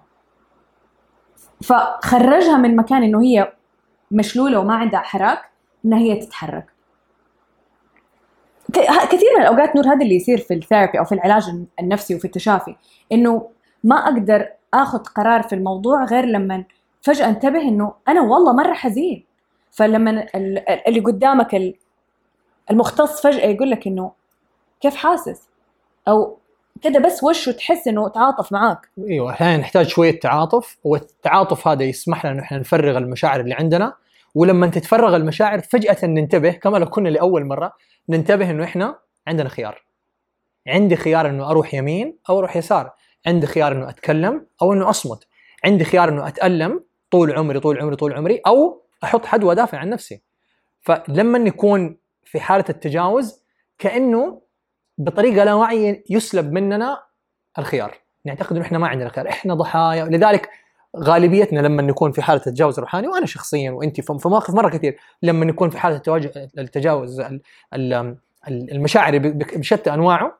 فخرجها من مكان إنه هي مشلولة وما عندها حراك، إنها هي تتحرك. كثير من الأوقات نور هذا اللي يصير في الثيرابي أو في العلاج النفسي وفي التشافي، إنه ما أقدر أخذ قرار في الموضوع غير لما فجأة انتبه إنه أنا والله مرة حزين. فلما اللي قدامك المختص فجأة يقول لك إنه كيف حاسس أو كده، بس وشه تحس إنه تعاطف معاك. ايوه، احيانا نحتاج شويه تعاطف، والتعاطف هذا يسمح لنا انه احنا نفرغ المشاعر اللي عندنا. ولما تتفرغ المشاعر فجاه ننتبه، كما لو كنا لاول مره ننتبه انه احنا عندنا خيار. عندي خيار انه اروح يمين او اروح يسار، عندي خيار انه اتكلم او انه اصمت، عندي خيار انه اتالم طول عمري طول عمري طول عمري، او احط حد وادافع عن نفسي. فلما نكون في حاله التجاوز كانه بطريقه لا واعيه يسلب مننا الخيار، نعتقد انه احنا ما عندنا خيار، احنا ضحايا. لذلك غالبيتنا لما نكون في حاله التجاوز الروحاني، وانا شخصيا وانت في مواقف مره كثير، لما نكون في حاله التجاوز المشاعري بشتى انواعه،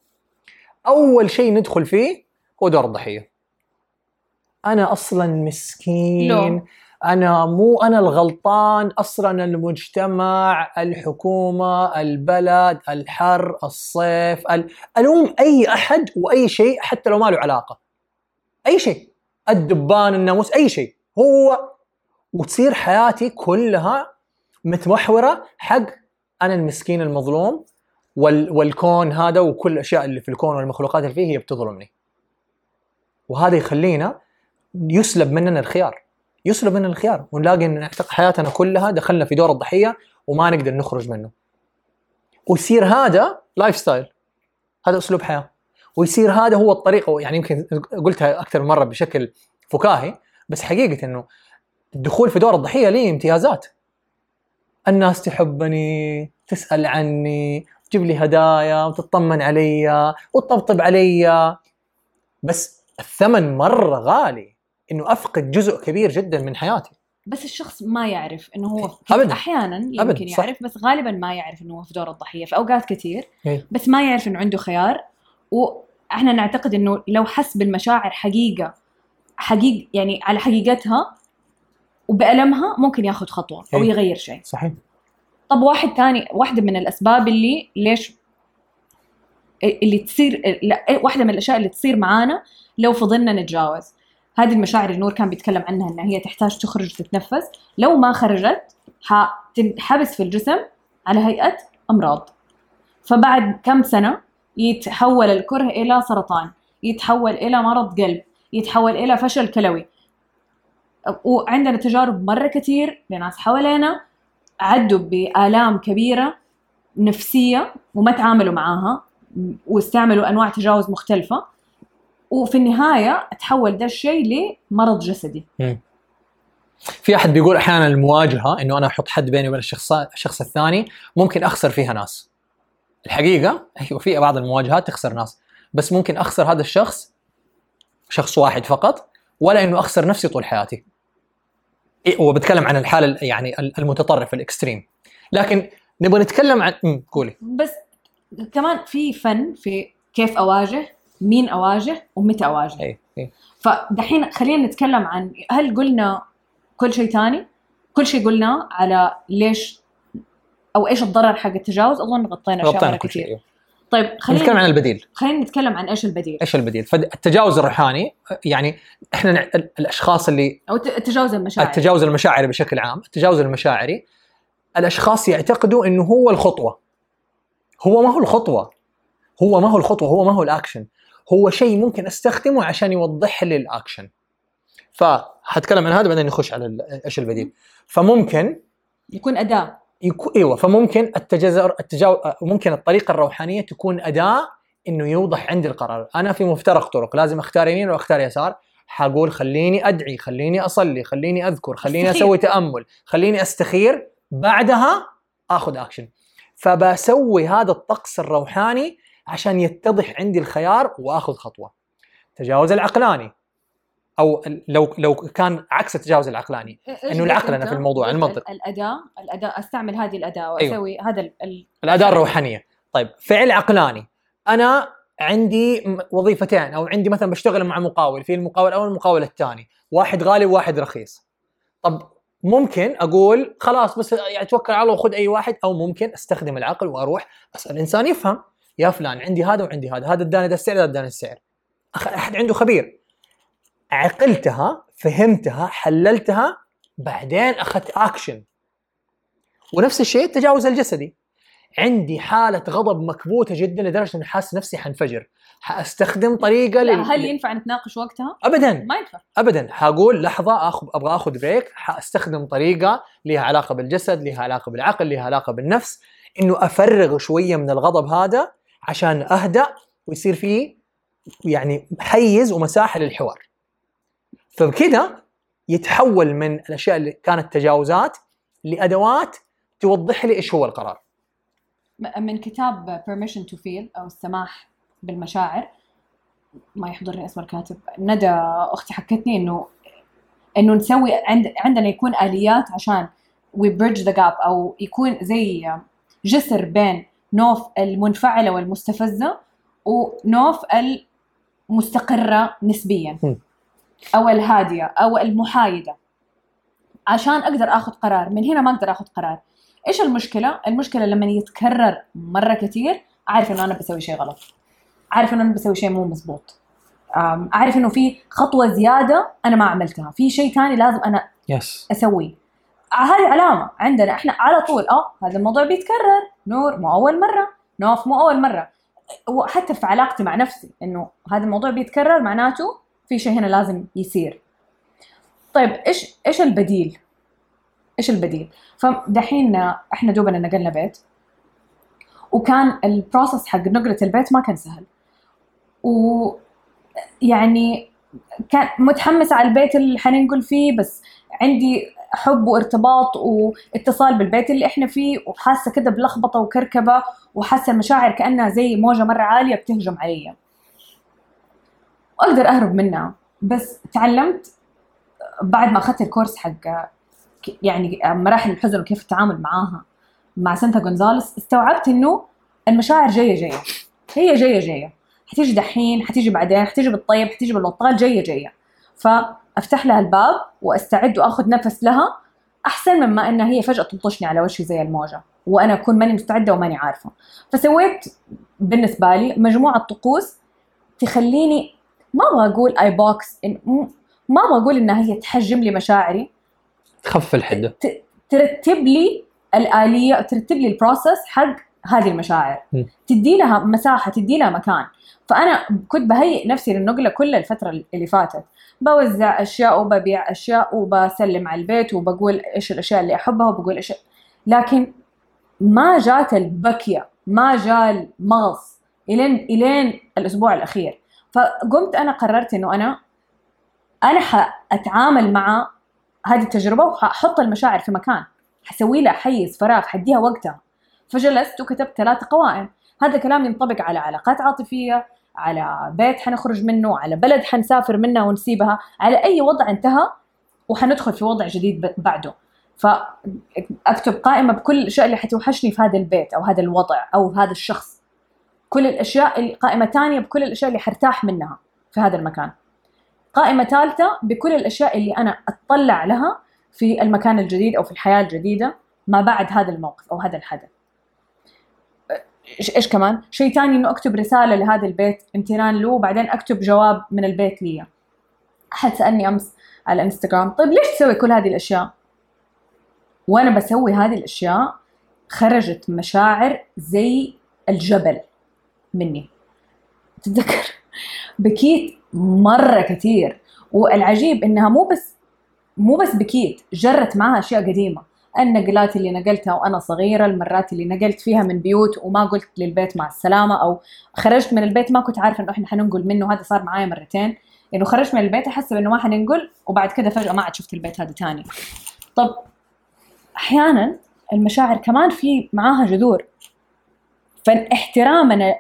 اول شيء ندخل فيه هو دور الضحيه. انا اصلا مسكين، أنا الغلطان، أصلاً المجتمع، الحكومة، البلد، الحر، الصيف، ألوم أي أحد وأي شيء حتى لو ما له علاقة، أي شيء، الدبان، الناموس، أي شيء هو. وتصير حياتي كلها متمحورة حق أنا المسكين المظلوم، والكون هذا وكل الأشياء اللي في الكون والمخلوقات اللي فيه هي بتظلمني. وهذا يخلينا يسلب مننا الخيار، ونلاقي ان حياتنا كلها دخلنا في دور الضحيه وما نقدر نخرج منه. ويصير هذا لايف ستايل، هذا اسلوب حياه، ويصير هذا هو الطريقه. يعني يمكن قلتها اكثر مره بشكل فكاهي، بس حقيقه انه الدخول في دور الضحيه ليه امتيازات. الناس تحبني، تسال عني، تجيب لي هدايا وتطمن علي وتطبطب علي، بس الثمن مره غالي انه افقد جزء كبير جدا من حياتي. بس الشخص ما يعرف انه هو أبداً. احيانا يمكن أبداً. يعرف، بس غالبا ما يعرف انه هو في دور الضحيه في اوقات كثير. بس ما يعرف انه عنده خيار. واحنا نعتقد انه لو حس بالمشاعر حقيقه يعني على حقيقتها وبألمها ممكن ياخذ خطوه او يغير شيء. صحيح. طب واحده من الاسباب اللي تصير، واحده من الاشياء اللي تصير معانا لو فضلنا نتجاوز هذه المشاعر، النور كان بيتكلم عنها انها هي تحتاج تخرج تتنفس. لو ما خرجت حتنحبس في الجسم على هيئة امراض، فبعد كم سنة يتحول الكره الى سرطان، يتحول الى مرض قلب، يتحول الى فشل كلوي. وعندنا تجارب مرة كتير لناس حوالينا عدوا بآلام كبيرة نفسية وما تعاملوا معاها واستعملوا انواع تجاوز مختلفة، وفي النهايه تحول ده الشيء لمرض جسدي. في احد بيقول احيانا المواجهه انه انا احط حد بيني وبين الشخص الثاني ممكن اخسر فيها ناس. الحقيقه ايوه في بعض المواجهات تخسر ناس، بس ممكن اخسر هذا الشخص شخص واحد فقط، ولا انه اخسر نفسي طول حياتي. وبتكلم عن الحاله يعني المتطرف الاكستريم. لكن نبغى نتكلم عن قولي. بس كمان في فن في كيف اواجه، مين اواجه، ومتى اواجه. أي. فدحين خلينا نتكلم عن هل قلنا كل شيء تاني، كل شيء قلنا على ليش او ايش الضرر حق التجاوز. اظن غطينا اشياء كثير. أيوه. طيب خلينا نتكلم عن البديل. خلينا نتكلم عن ايش البديل. فالتجاوز الروحاني يعني احنا الاشخاص اللي او التجاوز المشاعري بشكل عام. التجاوز المشاعري الاشخاص يعتقدوا انه هو الخطوه. هو ما هو الخطوه، هو ما هو الاكشن، هو شيء ممكن استخدمه عشان يوضح لي الاكشن. فهتكلم عن هذا بعدين نخش على ايش البديل. فممكن يكون اداه ايوه، فممكن ممكن الطريقه الروحانيه تكون اداه انه يوضح عندي القرار. انا في مفترق طرق، لازم اختار يمين واختار يسار. حقول خليني ادعي، خليني اصلي، خليني اذكر، خليني اسوي تامل، خليني استخير، بعدها اخذ اكشن. فبسوي هذا الطقس الروحاني عشان يتضح عندي الخيار واخذ خطوه. التجاوز العقلاني، او لو كان عكس التجاوز العقلاني، انه العقل انا في الموضوع المنطق. الاداه استعمل هذه الاداه واسوي أيوه. هذا الاداه الروحانيه. طيب فعل عقلاني، انا عندي وظيفتين، او عندي مثلا بشتغل مع مقاول، في المقاول الاول والمقاول الثاني، واحد غالي وواحد رخيص. طب ممكن اقول خلاص بس يعني توكل على الله وخذ اي واحد، او ممكن استخدم العقل واروح اسال انسان يفهم، يا فلان عندي هذا وعندي هذا اداني ده السعر، هذا اداني السعر. احد عنده خبير، عقلتها، فهمتها، حللتها، بعدين اخذت اكشن. ونفس الشيء التجاوز الجسدي، عندي حالة غضب مكبوتة جدا لدرجة اني حاسس نفسي حنفجر، حاستخدم طريقة هل ينفع نتناقش وقتها؟ ابدا ما ينفع ابدا. حقول لحظة ابغى اخذ بريك، حاستخدم طريقة لها علاقة بالجسد، لها علاقة بالعقل، لها علاقة بالنفس، انه افرغ شوية من الغضب هذا عشان اهدأ ويصير فيه يعني حيز ومساحة للحوار. فبكده يتحول من الاشياء اللي كانت تجاوزات لادوات توضح لي ايش هو القرار. من كتاب Permission to Feel أو السماح بالمشاعر، ما يحضرني اسم الكاتب، ندى أختي حكتني إنه نسوي عندنا يكون آليات عشان we bridge the gap، أو يكون زي جسر بين نوف المنفعلة والمستفزة ونوف المستقرة نسبيا أو الهادية أو المحايدة، عشان أقدر أخذ قرار. من هنا ما أقدر أخذ قرار. إيش المشكلة؟ المشكلة لما يتكرر مرة كتير، أعرف إنه أنا بسوي شيء غلط، أعرف إنه أنا بسوي شيء مو مزبوط، أعرف إنه في خطوة زيادة أنا ما عملتها، في شيء تاني لازم أنا أسويه. هذه علامة عندنا إحنا على طول. هذا الموضوع بيتكرر، نور مو أول مرة، نوف مو أول مرة. وحتى في علاقتي مع نفسي إنه هذا الموضوع بيتكرر، معناته في شيء هنا لازم يصير. طيب إيش البديل؟ إيش البديل؟ فدحين إحنا دوبنا نقلنا بيت، وكان البروسس حق نقلة البيت ما كان سهل، ويعني كان متحمسة على البيت اللي حننقل فيه، بس عندي حب وارتباط واتصال بالبيت اللي إحنا فيه، وحاسة كده بلخبطة وكركبة، وحاسة المشاعر كأنها زي موجة مرة عالية بتهجم علي، وأقدر أهرب منها. بس تعلمت بعد ما أخذت الكورس حق يعني مراحل الحزن وكيف التعامل معاها مع سانتا غونزاليس، استوعبت إنه المشاعر جاية، هي جاية، حتيجي دحين، حتيجي بعدين، حتيجي بالطيب، حتيجي بالبطال، جاية. فأفتح لها الباب وأستعد وأخذ نفس لها، أحسن مما إنها هي فجأة تلطشني على وشي زي الموجة وأنا أكون ماني مستعدة وماني عارفة. فسويت بالنسبة لي مجموعة طقوس تخليني، ما أبغى أقول I box، ما أبغى أقول إنها هي تحجم لي مشاعري، تخفف الحدة، ترتب لي الآلية، ترتب لي البروسس حق هذه المشاعر، تدي لها مساحة، تدي لها مكان. فأنا كنت بهيئ نفسي للنقلة كل الفترة اللي فاتت، بوزع أشياء وببيع أشياء وبسلم على البيت وبقول إيش الأشياء اللي أحبها وبقول إيش، لكن ما جات البكية، ما جاء المغص إلين الأسبوع الأخير. فقمت انا قررت انه انا حاتعامل مع هذه التجربه وححط المشاعر في مكان، حسوي لها حيز فراغ، حديها وقتها. فجلست وكتبت 3 قوائم. هذا كلام ينطبق على علاقات عاطفيه، على بيت حنخرج منه، على بلد حنسافر منها ونسيبها، على اي وضع انتهى وحندخل في وضع جديد بعده. فاكتب قائمه بكل الاشياء اللي حتوحشني في هذا البيت او هذا الوضع او هذا الشخص، كل الاشياء قائمه ثانيه بكل الاشياء اللي حرتاح منها في هذا المكان، قائمه ثالثه بكل الاشياء اللي انا اطلع لها في المكان الجديد او في الحياه الجديده ما بعد هذا الموقف او هذا الحدث. ايش كمان شيء ثاني، انه اكتب رساله لهذا البيت امتنان له، وبعدين اكتب جواب من البيت لي. احد سالني امس على الانستغرام طيب ليش تسوي كل هذه الاشياء؟ وانا بسوي هذه الاشياء خرجت مشاعر زي الجبل مني. تتذكر بكيت مره كثير، والعجيب انها مو بس بكيت، جرت معها اشياء قديمه، النقلات اللي نقلتها وانا صغيره، المرات اللي نقلت فيها من بيوت وما قلت للبيت مع السلامه، او خرجت من البيت ما كنت عارفه انه احنا حننقل منه. هذا صار معايا مرتين، انه خرجت من البيت احسب انه ما حننقل، وبعد كده فجاه ما عاد شفت البيت هذا ثاني. طب احيانا المشاعر كمان في معاها جذور، فاحترامنا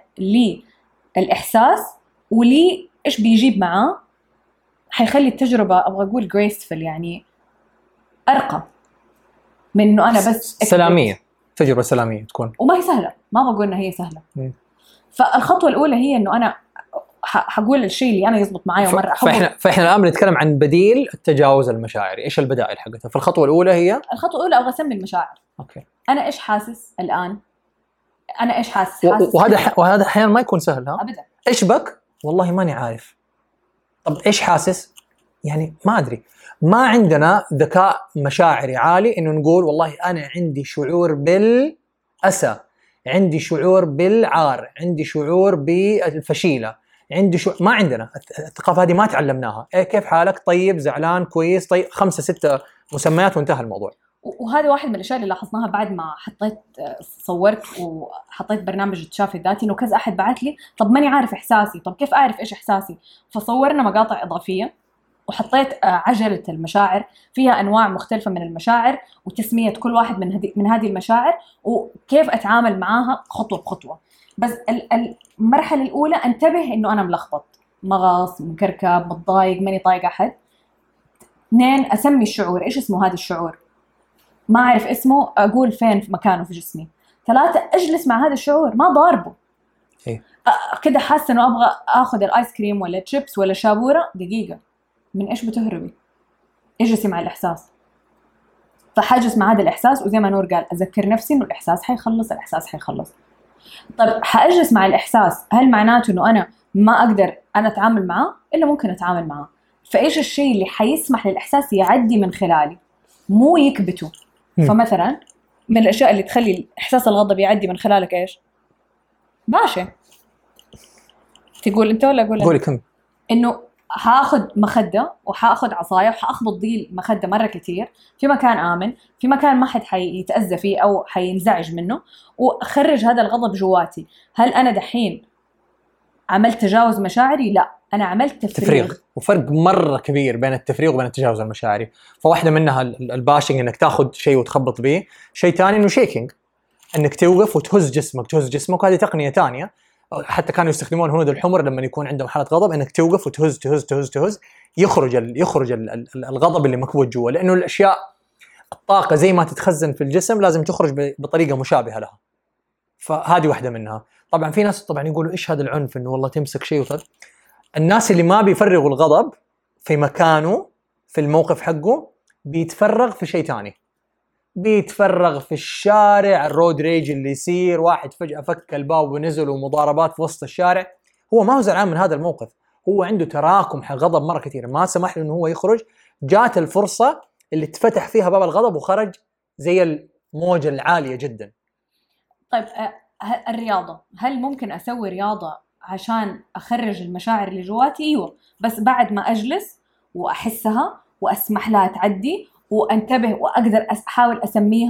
للاحساس ولي ايش بيجيب معاه حيخلي التجربه ابغى اقول جريسفل، يعني ارقى من انه انا بس سلاميه، تجربه سلاميه تكون. وما هي سهله، ما بقول انها هي سهله. فالخطوه الاولى هي انه انا حقول الشيء اللي انا يزبط معايا ومره فاحنا الان بنتكلم عن بديل التجاوز المشاعري. ايش البدائل حقتها؟ فالخطوه الاولى هي الخطوه الاولى ابغى اسمي المشاعر. اوكي، انا ايش حاسس الان؟ انا ايش حاسس وهذا احيانا ما يكون سهل. ها ابدا. ايش بك؟ والله ماني عارف. طب ايش حاسس؟ يعني ما ادري. ما عندنا ذكاء مشاعري عالي انه نقول والله انا عندي شعور بالاسى، عندي شعور بالعار، عندي شعور بالفشيله، ما عندنا الثقافه هذه، ما تعلمناها. إيه كيف حالك؟ طيب، زعلان، كويس، طيب، 5 6 مسميات وانتهى الموضوع. وهذا واحد من الاشياء اللي لاحظناها بعد ما صورت وحطيت برنامج التشافي الذاتي، انه كذا احد بعث لي طب ماني عارف احساسي، طب كيف اعرف ايش احساسي؟ فصورنا مقاطع اضافيه وحطيت عجله المشاعر فيها انواع مختلفه من المشاعر وتسميه كل واحد من هذه المشاعر وكيف اتعامل معاها خطوه بخطوه. بس المرحله الاولى انتبه انه انا ملخبط، مغص، مكركب، متضايق، ماني طايق احد. 2 اسمي الشعور، ايش اسمه هذا الشعور؟ ما أعرف اسمه أقول فين في مكانه في جسمي. 3 أجلس مع هذا الشعور، ما ضاربه. كده حاسة إنه أبغى أخذ الآيس كريم ولا تشيبس ولا شابورة، دقيقة، من إيش بتهربي؟ اجلسي مع الإحساس. فحاجز مع هذا الإحساس، وزي ما نور قال أذكر نفسي إنه الإحساس حيخلص، الإحساس حيخلص. طيب حأجلس مع الإحساس، هل معناته إنه أنا ما أقدر أنا أتعامل معاه؟ إلا ممكن أتعامل معاه. فإيش الشيء اللي حيسمح للإحساس يعدي من خلالي مو يكبته؟ فمثلا من الاشياء اللي تخلي احساس الغضب يعدي من خلالك ايش؟ ماشي. تقول انت ولا اقول؟ قولي كم. انه حاخذ مخده وحاخذ عصايه وحاخبط دي المخده مره كثير في مكان امن، في مكان ما حد حيتاذى فيه او حينزعج منه، واخرج هذا الغضب جواتي. هل انا دحين عملت تجاوز مشاعري؟ لا، انا عملت تفريغ. وفرق مره كبير بين التفريغ وبين التجاوز المشاعري. فواحده منها الباشنج، انك تاخذ شيء وتخبط به. شيء ثاني انه شيكينج، انك توقف وتهز جسمك. وهذه تقنيه ثانيه حتى كانوا يستخدمون الهنود الحمر لما يكون عندهم حاله غضب، انك توقف وتهز تهز تهز تهز، يخرج الغضب اللي مكبوت جوا. لانه الاشياء الطاقه زي ما تتخزن في الجسم لازم تخرج بطريقه مشابهه لها. فهذه واحده منها. طبعا في ناس طبعا يقولوا ايش هذا العنف، انه والله تمسك شيء الناس اللي ما بيفرغوا الغضب في مكانه في الموقف حقه بيتفرغ في شيء تاني، بيتفرغ في الشارع، الرود ريج اللي يصير، واحد فجأة فك الباب ونزل ومضاربات في وسط الشارع. هو ما هو زعلان من هذا الموقف، هو عنده تراكم غضب مرة كثير ما سمح له انه هو يخرج. جات الفرصة اللي اتفتح فيها باب الغضب وخرج زي الموجة العالية جدا. طيب الرياضة، هل ممكن أسوي رياضة عشان أخرج المشاعر اللي جواتي؟ أيوة، بس بعد ما أجلس وأحسها وأسمح لها تعدي وأنتبه وأقدر أحاول أسميها.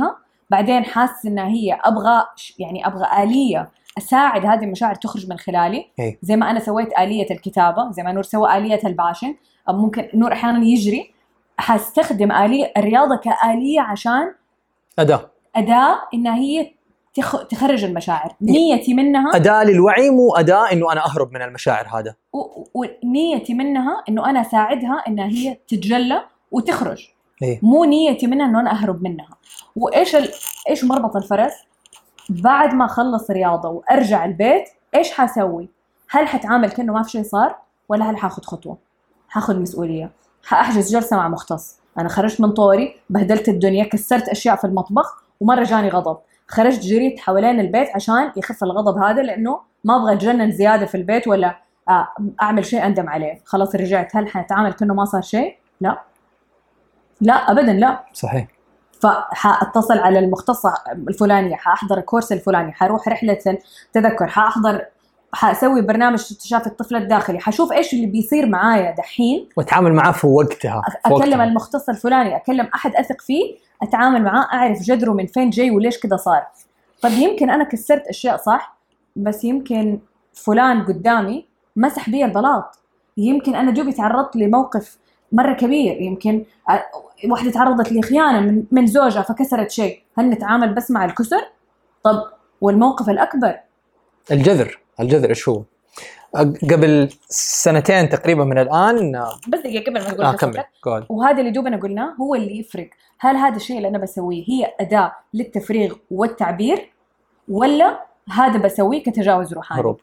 بعدين حاسس إنها هي أبغى آلية أساعد هذه المشاعر تخرج من خلالي، زي ما أنا سويت آلية الكتابة، زي ما نور سوى آلية الباشن، أو ممكن نور أحيانا يجري، حاستخدم آلية الرياضة كآلية عشان أداة إنها هي تخرج المشاعر. نيتي منها أداة للوعي، مو أداة إنه أنا أهرب من المشاعر. هذا ونيتي منها إنه أنا أساعدها إنها هي تتجلى وتخرج. مو نيتي منها إنه أنا أهرب منها. إيش مربط الفرس؟ بعد ما أخلص رياضة وأرجع البيت إيش حاسوي؟ هل حتعامل كأنه ما في شيء صار، ولا هل حاخد خطوة؟ حاخد مسؤولية، حأحجز جلسة مع مختص. أنا خرجت من طوري، بهدلت الدنيا، كسرت أشياء في المطبخ، ومرة جاني غضب، خرجت جريت حوالين البيت عشان يخف الغضب هذا، لأنه ما أبغى أتجنن زيادة في البيت ولا أعمل شيء أندم عليه. خلاص رجعت، هل حنتعامل كأنه ما صار شيء؟ لا أبدا، لا. صحيح. فحاتصل على المختصة الفلانية، حأحضر الكورس الفلاني، حروح رحلة التذكر، حأسوي برنامج اكتشاف الطفل الداخلي، حشوف إيش اللي بيصير معايا دحين وأتعامل معاه في وقتها. أكلم المختص الفلاني، أكلم أحد أثق فيه، أتعامل معاه، أعرف جذره من فين جاي وليش كده صار. طب يمكن أنا كسرت أشياء صح، بس يمكن فلان قدامي مسح بي البلاط، يمكن أنا دوبي تعرضت لموقف مرة كبير، يمكن واحدة تعرضت لخيانة من زوجها فكسرت شيء. هل نتعامل بس مع الكسر؟ طب والموقف الأكبر؟ الجذر إيش هو؟ قبل سنتين تقريبا من الآن، بس قبل ما تقول وهذا اللي دوبنا قلناه هو اللي يفرق. هل هذا الشيء اللي أنا بسويه هي أداة للتفريغ والتعبير، ولا هذا بسويه كتجاوز روحاني؟ هروب.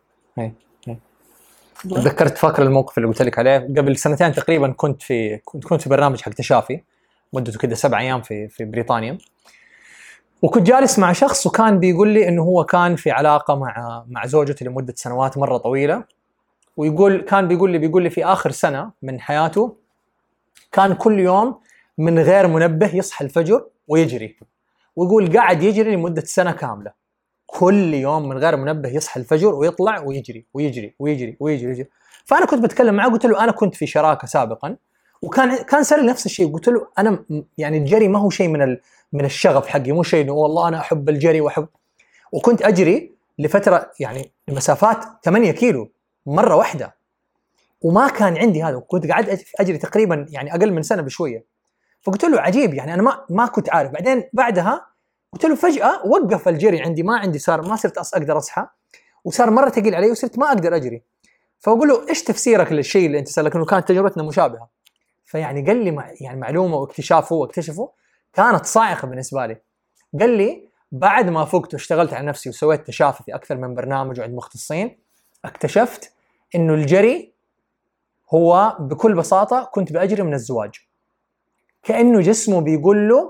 تذكرت فاكر الموقف اللي قلت لك عليه قبل سنتين تقريبا. كنت في برنامج حق تشافي مدته كده 7 أيام في بريطانيا، وكنت جالس مع شخص وكان بيقول لي إنه هو كان في علاقة مع زوجته لمدة سنوات مرة طويلة، كان بيقول لي في آخر سنة من حياته كان كل يوم من غير منبه يصحى الفجر ويجري، ويقول قاعد يجري لمدة سنة كاملة، كل يوم من غير منبه يصحى الفجر ويطلع ويجري. فأنا كنت بتكلم معه، قلت له أنا كنت في شراكة سابقا، وكان سأل نفس الشيء. قلت له أنا يعني الجري ما هو شيء من الشغف حقي، مو شيء إنه والله أنا أحب الجري وكنت أجري لفترة يعني مسافات 8 كيلو مرة واحدة، وما كان عندي هذا، وكنت قاعد أجري تقريبا يعني أقل من سنة بشوية. فقلت له عجيب، يعني أنا ما كنت عارف. بعدها قلت له فجأة وقف الجري عندي، ما صرت أقدر أصحى، وصار مرة ثقيل علي، وصرت ما أقدر أجري. فأقول له إيش تفسيرك للشيء اللي أنت سأل؟ لكنه كانت تجربتنا مشابهة. فيعني قال لي يعني معلومة واكتشفه كانت صاعقة بالنسبة لي. قال لي بعد ما فقت واشتغلت على نفسي وسويت تشافي في أكثر من برنامج وعند مختصين، اكتشفت إنه الجري هو بكل بساطة كنت بأجري من الزواج، كأنه جسمه بيقول له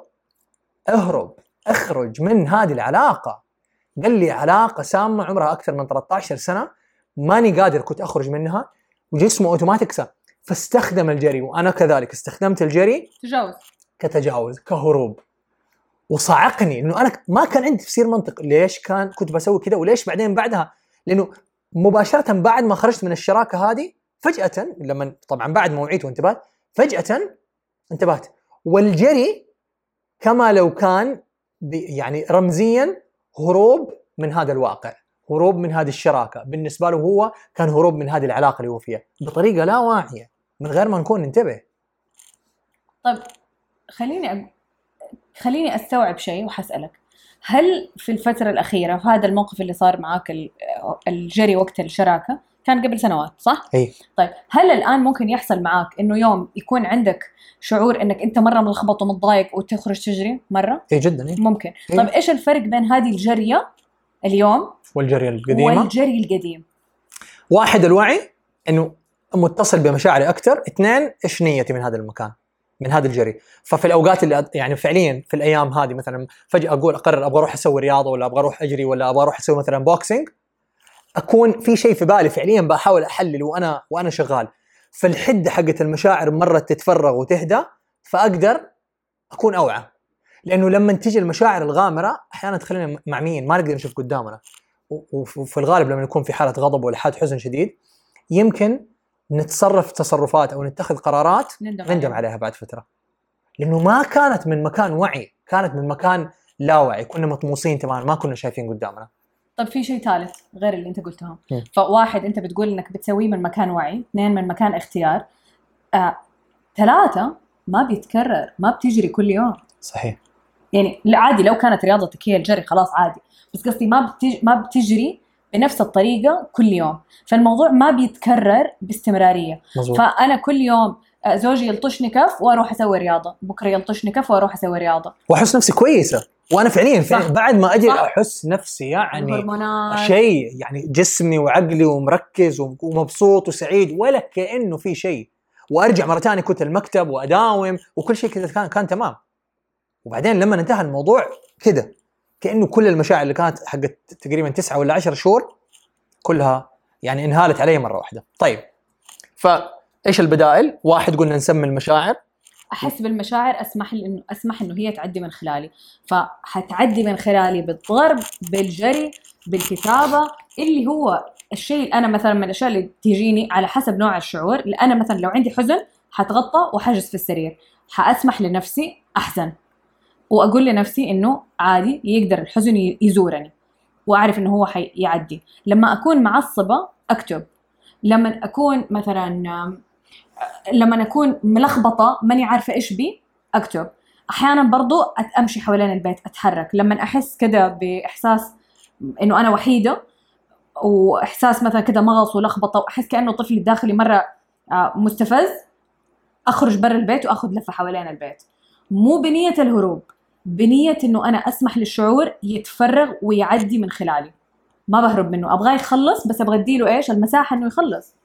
اخرج من هذه العلاقة. قال لي علاقة سامة عمرها أكثر من 13 سنة ماني قادر كنت أخرج منها، وجسمه أوتوماتيك فاستخدم الجري، وأنا كذلك استخدمت الجري كتجاوز، كهروب. وصعقني إنه أنا ما كان عندي تفسير منطق ليش كنت بسوي كذا، وليش بعدها، لأنه مباشرة بعد ما خرجت من الشراكة هذه فجأة، لما طبعا بعد ما وعيت وانتبهت، فجأة انتبهت. والجري كما لو كان يعني رمزيا هروب من هذا الواقع، هروب من هذه الشراكة، بالنسبة له هو كان هروب من هذه العلاقة اللي هو فيها بطريقة لا واعية من غير ما نكون ننتبه. طيب خليني أستوعب شيء وحسألك، هل في الفترة الأخيرة في هذا الموقف اللي صار معاك الجري وقت الشراكة كان قبل سنوات صح؟ أي. طيب هل الآن ممكن يحصل معاك إنه يوم يكون عندك شعور إنك أنت مرة ملخبط ومتضايق وتخرج تجري مرة؟ إيه جدا. إيه؟ ممكن. إيه؟ طيب إيش الفرق بين هذه الجرية اليوم والجري القديم؟ 1 الوعي إنه متصل بمشاعري أكتر. 2 إيش نيتي من هذا المكان، من هذا الجري. ففي الأوقات اللي يعني فعليا في الأيام هذه مثلا فجأة أقرر أبغى أروح أسوي رياضة، ولا أبغى أروح أجري، ولا أبغى أروح أسوي مثلا بوكسينج، أكون في شيء في بالي فعليا بحاول أحلل وأنا شغال. فالحدة حقت المشاعر مرة تتفرغ وتهدى، فأقدر أكون أوعى. لأنه لما تيجي المشاعر الغامرة أحيانا تخلينا معميين، ما نقدر نشوف قدامنا. وفي الغالب لما نكون في حالة غضب ولا حالة حزن شديد يمكن نتصرف تصرفات أو نتخذ قرارات نندم عليها بعد فترة، لأنه ما كانت من مكان وعي، كانت من مكان لاوعي، كنا مطموسين تماما، ما كنا شايفين قدامنا. طب في شيء ثالث غير اللي انت قلتهم. م. فواحد انت بتقول انك بتسويه من مكان وعي، 2 من مكان اختيار، 3 ما بيتكرر، ما بتجري كل يوم. صحيح. يعني عادي لو كانت رياضتك هي الجري خلاص عادي، بس قصدي ما بتجري بنفس الطريقة كل يوم، فالموضوع ما بيتكرر باستمرارية. مزبوط. فأنا كل يوم زوجي يلطشني كف وأروح أسوي رياضة، بكرة يلطشني كف وأروح أسوي رياضة، وأحس نفسي كويسة، وأنا فعليا بعد ما أجي صح. أحس نفسي يعني الهرمونات شيء، يعني جسمي وعقلي ومركز ومبسوط وسعيد ولا كأنه في شيء، وأرجع مرة ثانية كنت المكتب وأداوم وكل شيء كذا كان تمام. وبعدين لما انتهى الموضوع كده كأنه كل المشاعر اللي كانت حقت تقريبا 9 ولا 10 شهور كلها يعني انهالت علي مرة واحدة. طيب فإيش البدائل؟ 1 قلنا نسمي المشاعر، أحس بالمشاعر، أسمح إنه هي تعدي من خلالي، فحتعدي من خلالي بالضرب، بالجري، بالكتابة، اللي هو الشيء. أنا مثلا من الأشياء اللي تجيني على حسب نوع الشعور، أنا مثلا لو عندي حزن حتغطى وحجز في السرير، حأسمح لنفسي أحزن وأقول لنفسي إنه عادي يقدر الحزن يزورني، وأعرف إنه هو حيعدي. لما أكون معصبة أكتب، لما أكون مثلا لما أكون ملخبطة ماني عارفة إيش بي أكتب. أحيانا برضو أمشي حوالين البيت أتحرك، لما أحس كده بإحساس إنه أنا وحيدة، وإحساس مثلا كده مغص ولخبطة، وأحس كأنه طفلي الداخلي مرة مستفز، أخرج برا البيت وأخذ لفة حوالين البيت، مو بنية الهروب، بنية إنه أنا أسمح للشعور يتفرغ ويعدي من خلالي، ما بهرب منه، أبغاه يخلص بس أبغى أديله إيش المساحة إنه يخلص.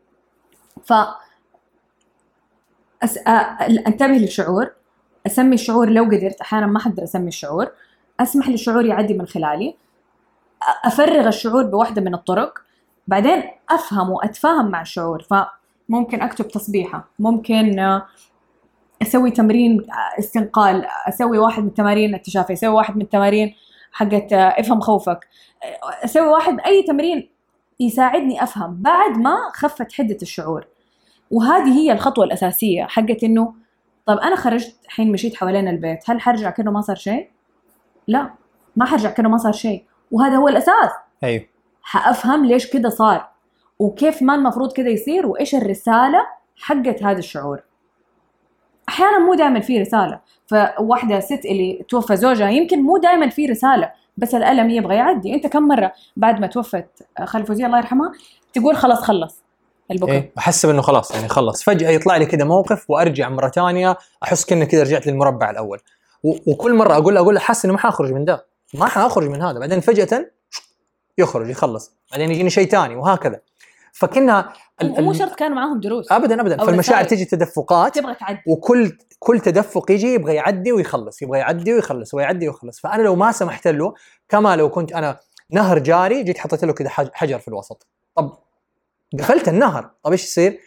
أنتبه للشعور، أسمي الشعور لو قدرت، أحيانا ما أقدر أسمي الشعور، أسمح للشعور يعدي من خلالي، أفرغ الشعور بواحدة من الطرق، بعدين أفهم وأتفاهم مع الشعور. فممكن أكتب تصبيحة، ممكن أسوي تمرين استنقال، أسوي 1 من تمارين التشافي، أسوي 1 من التمارين حقت افهم خوفك، أسوي 1 أي تمرين يساعدني أفهم بعد ما خفت حدة الشعور. وهذه هي الخطوة الأساسية حقت إنه طب أنا خرجت حين مشيت حوالين البيت، هل حرجع كأنه ما صار شيء؟ لا، ما حرجع كأنه ما صار شيء، وهذا هو الأساس. أيوه. حأفهم ليش كده صار، وكيف ما المفروض كده يصير، وإيش الرسالة حقت هذا الشعور. أحيانا مو دائما في رسالة، فواحدة ست اللي توفى زوجها يمكن مو دائما في رسالة، بس الألم يبغى يعدي. أنت كم مرة بعد ما توفت خالة فوزية الله يرحمها تقول خلص البكاء؟ إيه، أحسب إنه خلاص يعني خلص، فجأة يطلع لي كده موقف وأرجع مرة ثانية أحس كأني كده رجعت للمربع الأول، وكل مرة أقول حاسس إنه ما حأخرج من ده، ما حأخرج من هذا، بعدين فجأة يخلص، بعدين يجيني شيء تاني، وهكذا. فكنا مو شرط كانوا معاهم دروس أبدا. فالمشاعر تجي تدفقات، تبغى تعدي، وكل تدفق يجي يبغى يعدي ويخلص، يبغى يعدي ويخلص ويعدي ويخلص. فأنا لو ما سمحت له، كما لو كنت أنا نهر جاري جيت حطيت له كده حجر في الوسط، طب قفلت النهر، طب ايش يصير؟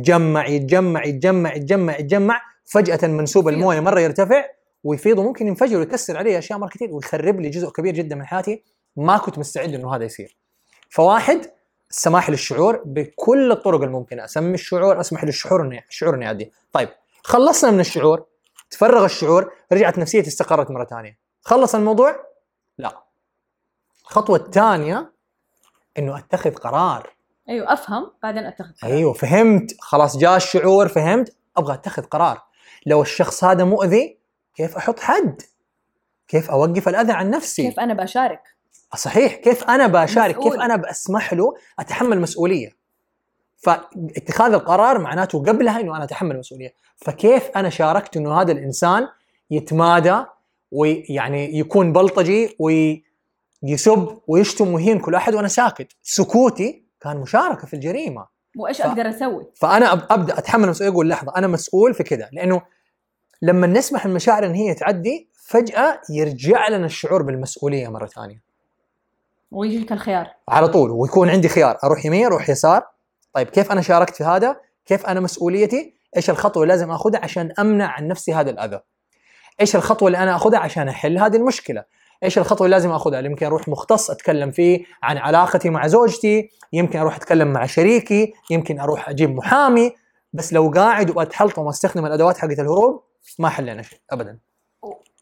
يتجمع، فجأة منسوب المويه مرة يرتفع ويفيض، وممكن ينفجر ويكسر علي اشياء مرة كثير ويخرب لي جزء كبير جدا من حياتي ما كنت مستعد انه هذا يصير. فواحد، السماح للشعور بكل الطرق الممكنة، اسمي الشعور، اسمح للشعور انه يعدي. طيب خلصنا من الشعور، تفرغ الشعور، رجعت نفسيتي استقرت مرة ثانية، خلص الموضوع؟ لا. الخطوة الثانية انه اتخذ قرار. ايوه، افهم بعدين اتخذ قرار. ايوه فهمت، خلاص جاء الشعور، فهمت، ابغى اتخذ قرار. لو الشخص هذا مؤذي، كيف احط حد؟ كيف اوقف الاذى عن نفسي؟ كيف انا بشارك؟ صحيح، كيف انا بشارك؟ مسؤول. كيف انا بسمح له اتحمل مسؤوليه؟ فاتخاذ القرار معناته قبلها انه انا اتحمل مسؤوليه. فكيف انا شاركت انه هذا الانسان يتمادى ويعني يكون بلطجي ويسب ويشتم ويهين كل احد وانا ساكت؟ سكوتي كان مشاركه في الجريمه. وايش اقدر اسوي؟ فانا ابدا اتحمل المسؤوليه، اقول لحظه انا مسؤول في كذا. لانه لما نسمح المشاعر ان هي تعدي، فجاه يرجع لنا الشعور بالمسؤوليه مره ثانيه، ويجي لك الخيار على طول، ويكون عندي خيار اروح يمين اروح يسار. طيب كيف انا شاركت في هذا؟ كيف انا مسؤوليتي؟ ايش الخطوه اللي لازم اخذها عشان امنع عن نفسي هذا الاذى؟ ايش الخطوه اللي انا اخذها عشان احل هذه المشكله؟ ايش الخطوه اللي لازم اخذها؟ يمكن اروح مختص اتكلم فيه عن علاقتي مع زوجتي، يمكن اروح اتكلم مع شريكي، يمكن اروح اجيب محامي. بس لو قاعد واتحلطم واستخدم الادوات حقت الهروب، ما حلنا شيء ابدا.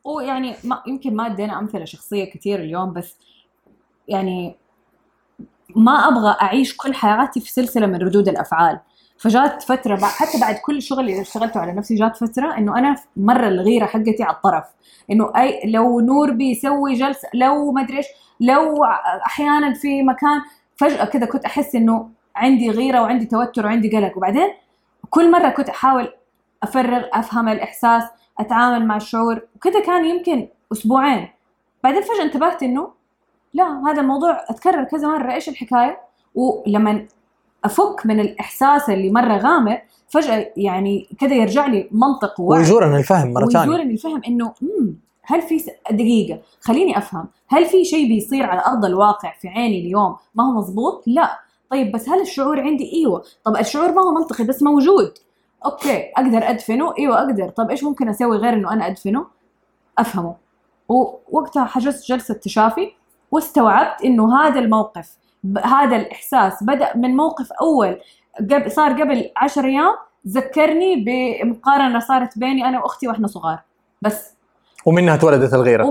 ويعني يمكن ما ادينا امثله شخصيه كثير اليوم، بس يعني ما ابغى اعيش كل حياتي في سلسله من ردود الافعال. فجات فتره حتى بعد كل الشغل اللي اشتغلته على نفسي، جات فتره انه انا مره الغيره حقتي على الطرف، انه اي لو نور بيسوي جلسه، لو ما ادري ايش، لو احيانا في مكان فجاه كذا كنت احس انه عندي غيره وعندي توتر وعندي قلق. وبعدين كل مره كنت احاول افرغ، افهم الاحساس، اتعامل مع الشعور، وكذا كان يمكن اسبوعين. بعدين فجاه انتبهت انه لا، هذا الموضوع اتكرر كذا مره، ايش الحكايه؟ ولما افك من الاحساس اللي مره غامض، فجاه يعني كذا يرجع لي منطق ويزورني الفهم مره ثانيه، ويزورني الفهم انه هل في دقيقه خليني افهم، هل في شيء بيصير على ارض الواقع في عيني اليوم ما هو مزبوط؟ لا. طيب بس هل الشعور عندي؟ ايوه. طب الشعور ما هو منطقي بس موجود، اوكي اقدر ادفنه؟ ايوه اقدر. طب ايش ممكن اسوي غير انه انا ادفنه؟ افهمه. ووقتها حجزت جلسه تشافي، واستوعبت انه هذا الموقف، هذا الاحساس بدا من موقف اول صار قبل 10 ايام، ذكرني بمقارنه صارت بيني انا واختي واحنا صغار بس، ومنها تولدت الغيره.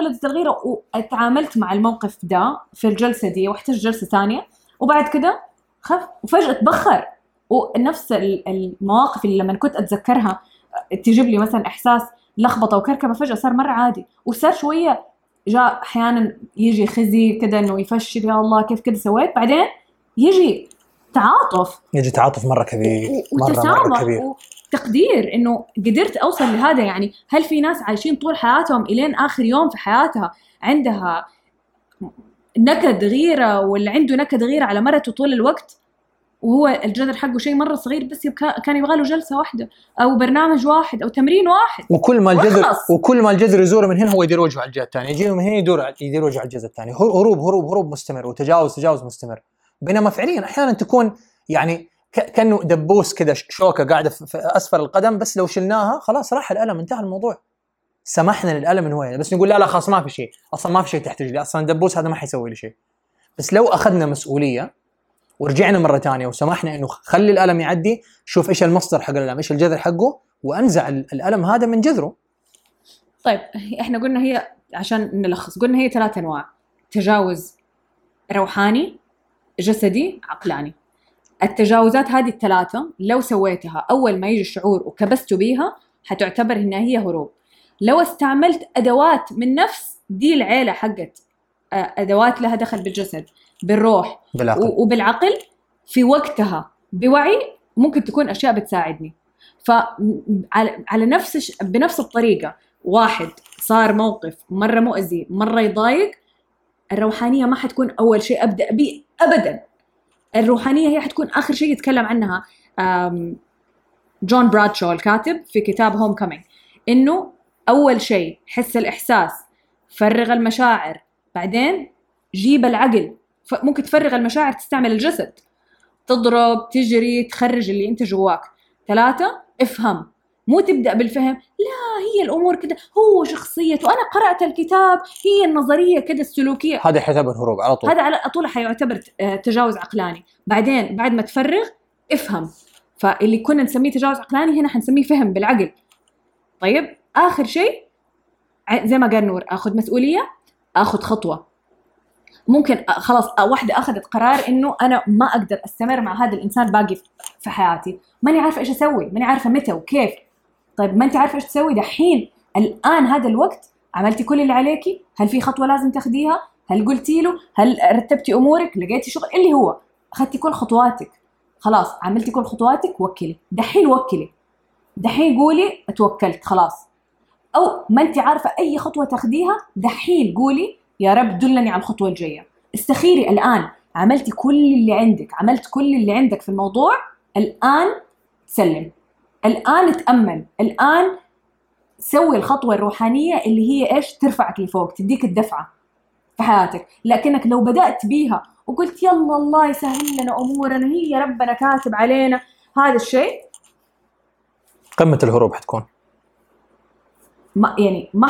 وتعاملت مع الموقف ده في الجلسه دي، واحتاج جلسه ثانيه، وبعد كده خف وفجاه تبخر. ونفس المواقف اللي لما كنت اتذكرها تجيب لي مثلا احساس لخبطه وكركبه، فجاه صار مره عادي. وصار شويه جاء احيانا يجي خزي كده انه يفشل، يا الله كيف كده سويت. بعدين يجي تعاطف مره كبير، مره كبير، وتقدير انه قدرت اوصل لهذا. يعني هل في ناس عايشين طول حياتهم الين اخر يوم في حياتها عندها نكد غيره، واللي عنده نكد غيره على مرته طول الوقت، وهو الجذر حقه شيء مره صغير بس كان يبغى له جلسه واحده او برنامج واحد او تمرين واحد، وكل ما الجذر يزوره من هنا هو يدير وجهه على الجهه الثانيه، يجي من هنا يدير وجهه على الجهه الثانيه، هروب مستمر، وتجاوز مستمر. بينما فعليا احيانا تكون يعني كانه دبوس كده، شوكه قاعده في اسفل القدم، بس لو شلناها خلاص راح الالم، انتهى الموضوع، سمحنا للالم انه هو بس نقول لا خلاص ما في شيء، اصلا ما في شيء تحت رجلي، اصلا الدبوس هذا ما حيسوي لي شيء. بس لو اخذنا مسؤوليه ورجعنا مرة تانية وسمحنا انه خلي الألم يعدي، شوف ايش المصدر حق الألم، ايش الجذر حقه، وانزع الألم هذا من جذره. طيب احنا قلنا هي، عشان نلخص، قلنا هي 3 أنواع: تجاوز روحاني، جسدي، عقلاني. التجاوزات هذه ال3 لو سويتها اول ما يجي الشعور وكبست بيها حتعتبر انها هي هروب. لو استعملت ادوات من نفس دي العيلة حقت ادوات لها دخل بالجسد، بالروح، وبالعقل، في وقتها بوعي، ممكن تكون اشياء بتساعدني. فعلى بنفس الطريقه، واحد صار موقف مره مؤذي مره يضايق، الروحانيه ما حتكون اول شيء ابدا به ابدا. الروحانيه هي حتكون اخر شيء يتكلم عنها جون برادشو الكاتب في كتاب هوم كامينج، انه اول شيء حس الاحساس، فرغ المشاعر، بعدين جيب العقل. ممكن تفرغ المشاعر تستعمل الجسد، تضرب، تجري، تخرج اللي انت جواك. 3 افهم، مو تبدأ بالفهم، لا هي الأمور كده، هو شخصيته، أنا قرأت الكتاب، هي النظرية كده السلوكية، هذا يعتبر هروب على طول، هذا على طول حيعتبر تجاوز عقلاني. بعدين بعد ما تفرغ افهم، فاللي كنا نسميه تجاوز عقلاني هنا حنسميه فهم بالعقل. طيب آخر شيء زي ما قال نور، أخذ مسؤولية، أخذ خطوة. ممكن خلاص واحدة أخذت قرار إنه أنا ما أقدر أستمر مع هذا الإنسان باقي في حياتي، ماني عارفة إيش أسوي، ماني عارفة متى وكيف. طيب ما أنت عارفة إيش تسوي دحين، الآن هذا الوقت، عملتي كل اللي عليكي؟ هل في خطوة لازم تاخديها؟ هل قلتي له؟ هل رتبتي أمورك؟ لقيتي شغل؟ اللي هو أخذتي كل خطواتك، خلاص عملتي كل خطواتك، وكلي دحين قولي اتوكلت خلاص. أو ما أنت عارفة أي خطوة تاخديها، دحين قولي يا رب دلني على الخطوة الجاية. استخيري الآن، عملتي كل اللي عندك، عملت كل اللي عندك في الموضوع، الآن سلم، الآن تأمل، الآن سوي الخطوة الروحانية اللي هي إيش؟ ترفعك لفوق، تديك الدفعة في حياتك. لكنك لو بدأت بيها وقلت يلا الله يسهل لنا أمورنا، هي ربنا كاتب علينا هذا الشيء، قمة الهروب حتكون، ما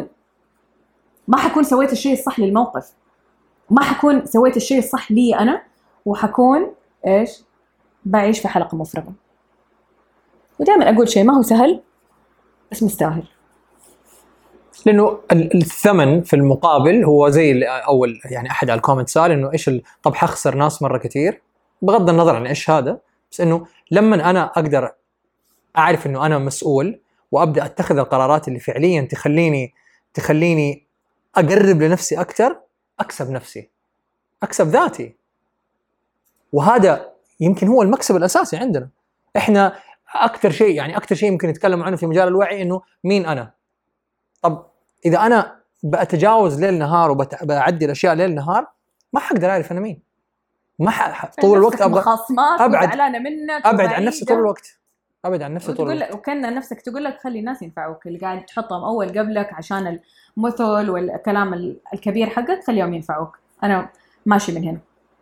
حكون سويت الشيء الصح للموقف، ما حكون سويت الشيء الصح لي أنا، وحكون إيش؟ بعيش في حلقة مفرغة. ودائما أقول شيء ما هو سهل بس مستاهل. لانه الثمن في المقابل هو زي اللي اول يعني احد على الكومنت سال انه ايش طب حخسر ناس مره كثير، بغض النظر عن ايش هذا، بس انه لما انا اقدر اعرف انه انا مسؤول وابدا اتخذ القرارات اللي فعليا تخليني اقرب لنفسي اكثر، اكسب نفسي، اكسب ذاتي. وهذا يمكن هو المكسب الاساسي عندنا احنا. اكثر شيء يمكن نتكلم عنه في مجال الوعي انه مين انا. طب اذا انا بتجاوز ليل نهار وبعدي الاشياء ليل نهار، ما حقدر اعرف انا مين. ما طول الوقت ابغى ابعد عن نفسي طول الوقت، ابعد عن نفسي طول الوقت. وكان نفسك تقول لك خلي الناس ينفعوك، اللي قاعد تحطهم اول قبلك عشان المثل والكلام الكبير حقك خليهم ينفعوك. انا ماشي من هنا.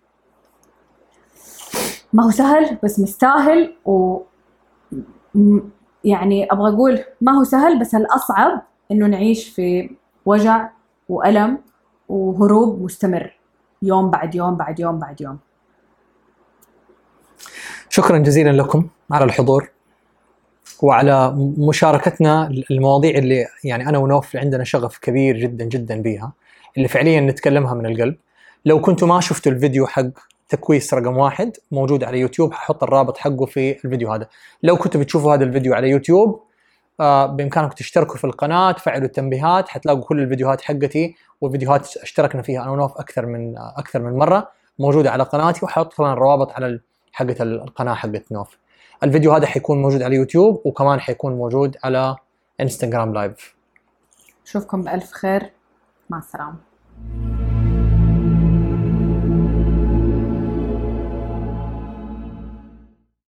ما هو سهل بس مستاهل. يعني ابغى اقول ما هو سهل، بس الاصعب انه نعيش في وجع والم وهروب مستمر يوم بعد يوم بعد يوم بعد يوم. شكرا جزيلا لكم على الحضور وعلى مشاركتنا المواضيع اللي يعني انا ونوف عندنا شغف كبير جدا جدا بيها، اللي فعليا نتكلمها من القلب. لو كنتوا ما شفتوا الفيديو حق تكويس رقم 1 موجود على يوتيوب، ححط الرابط حقه في الفيديو هذا. لو كنتوا بتشوفوا هذا الفيديو على يوتيوب بإمكانكم تشتركوا في القناة، تفعلوا التنبيهات، حتلاقوا كل الفيديوهات حقتي وفيديوهات اشتركنا فيها أنا ونوف أكثر من مرة موجودة على قناتي، وحط كمان الروابط على حقة القناة حقت نوف. الفيديو هذا حيكون موجود على يوتيوب وكمان حيكون موجود على انستغرام لايف. أشوفكم بألف خير، مع السلامة.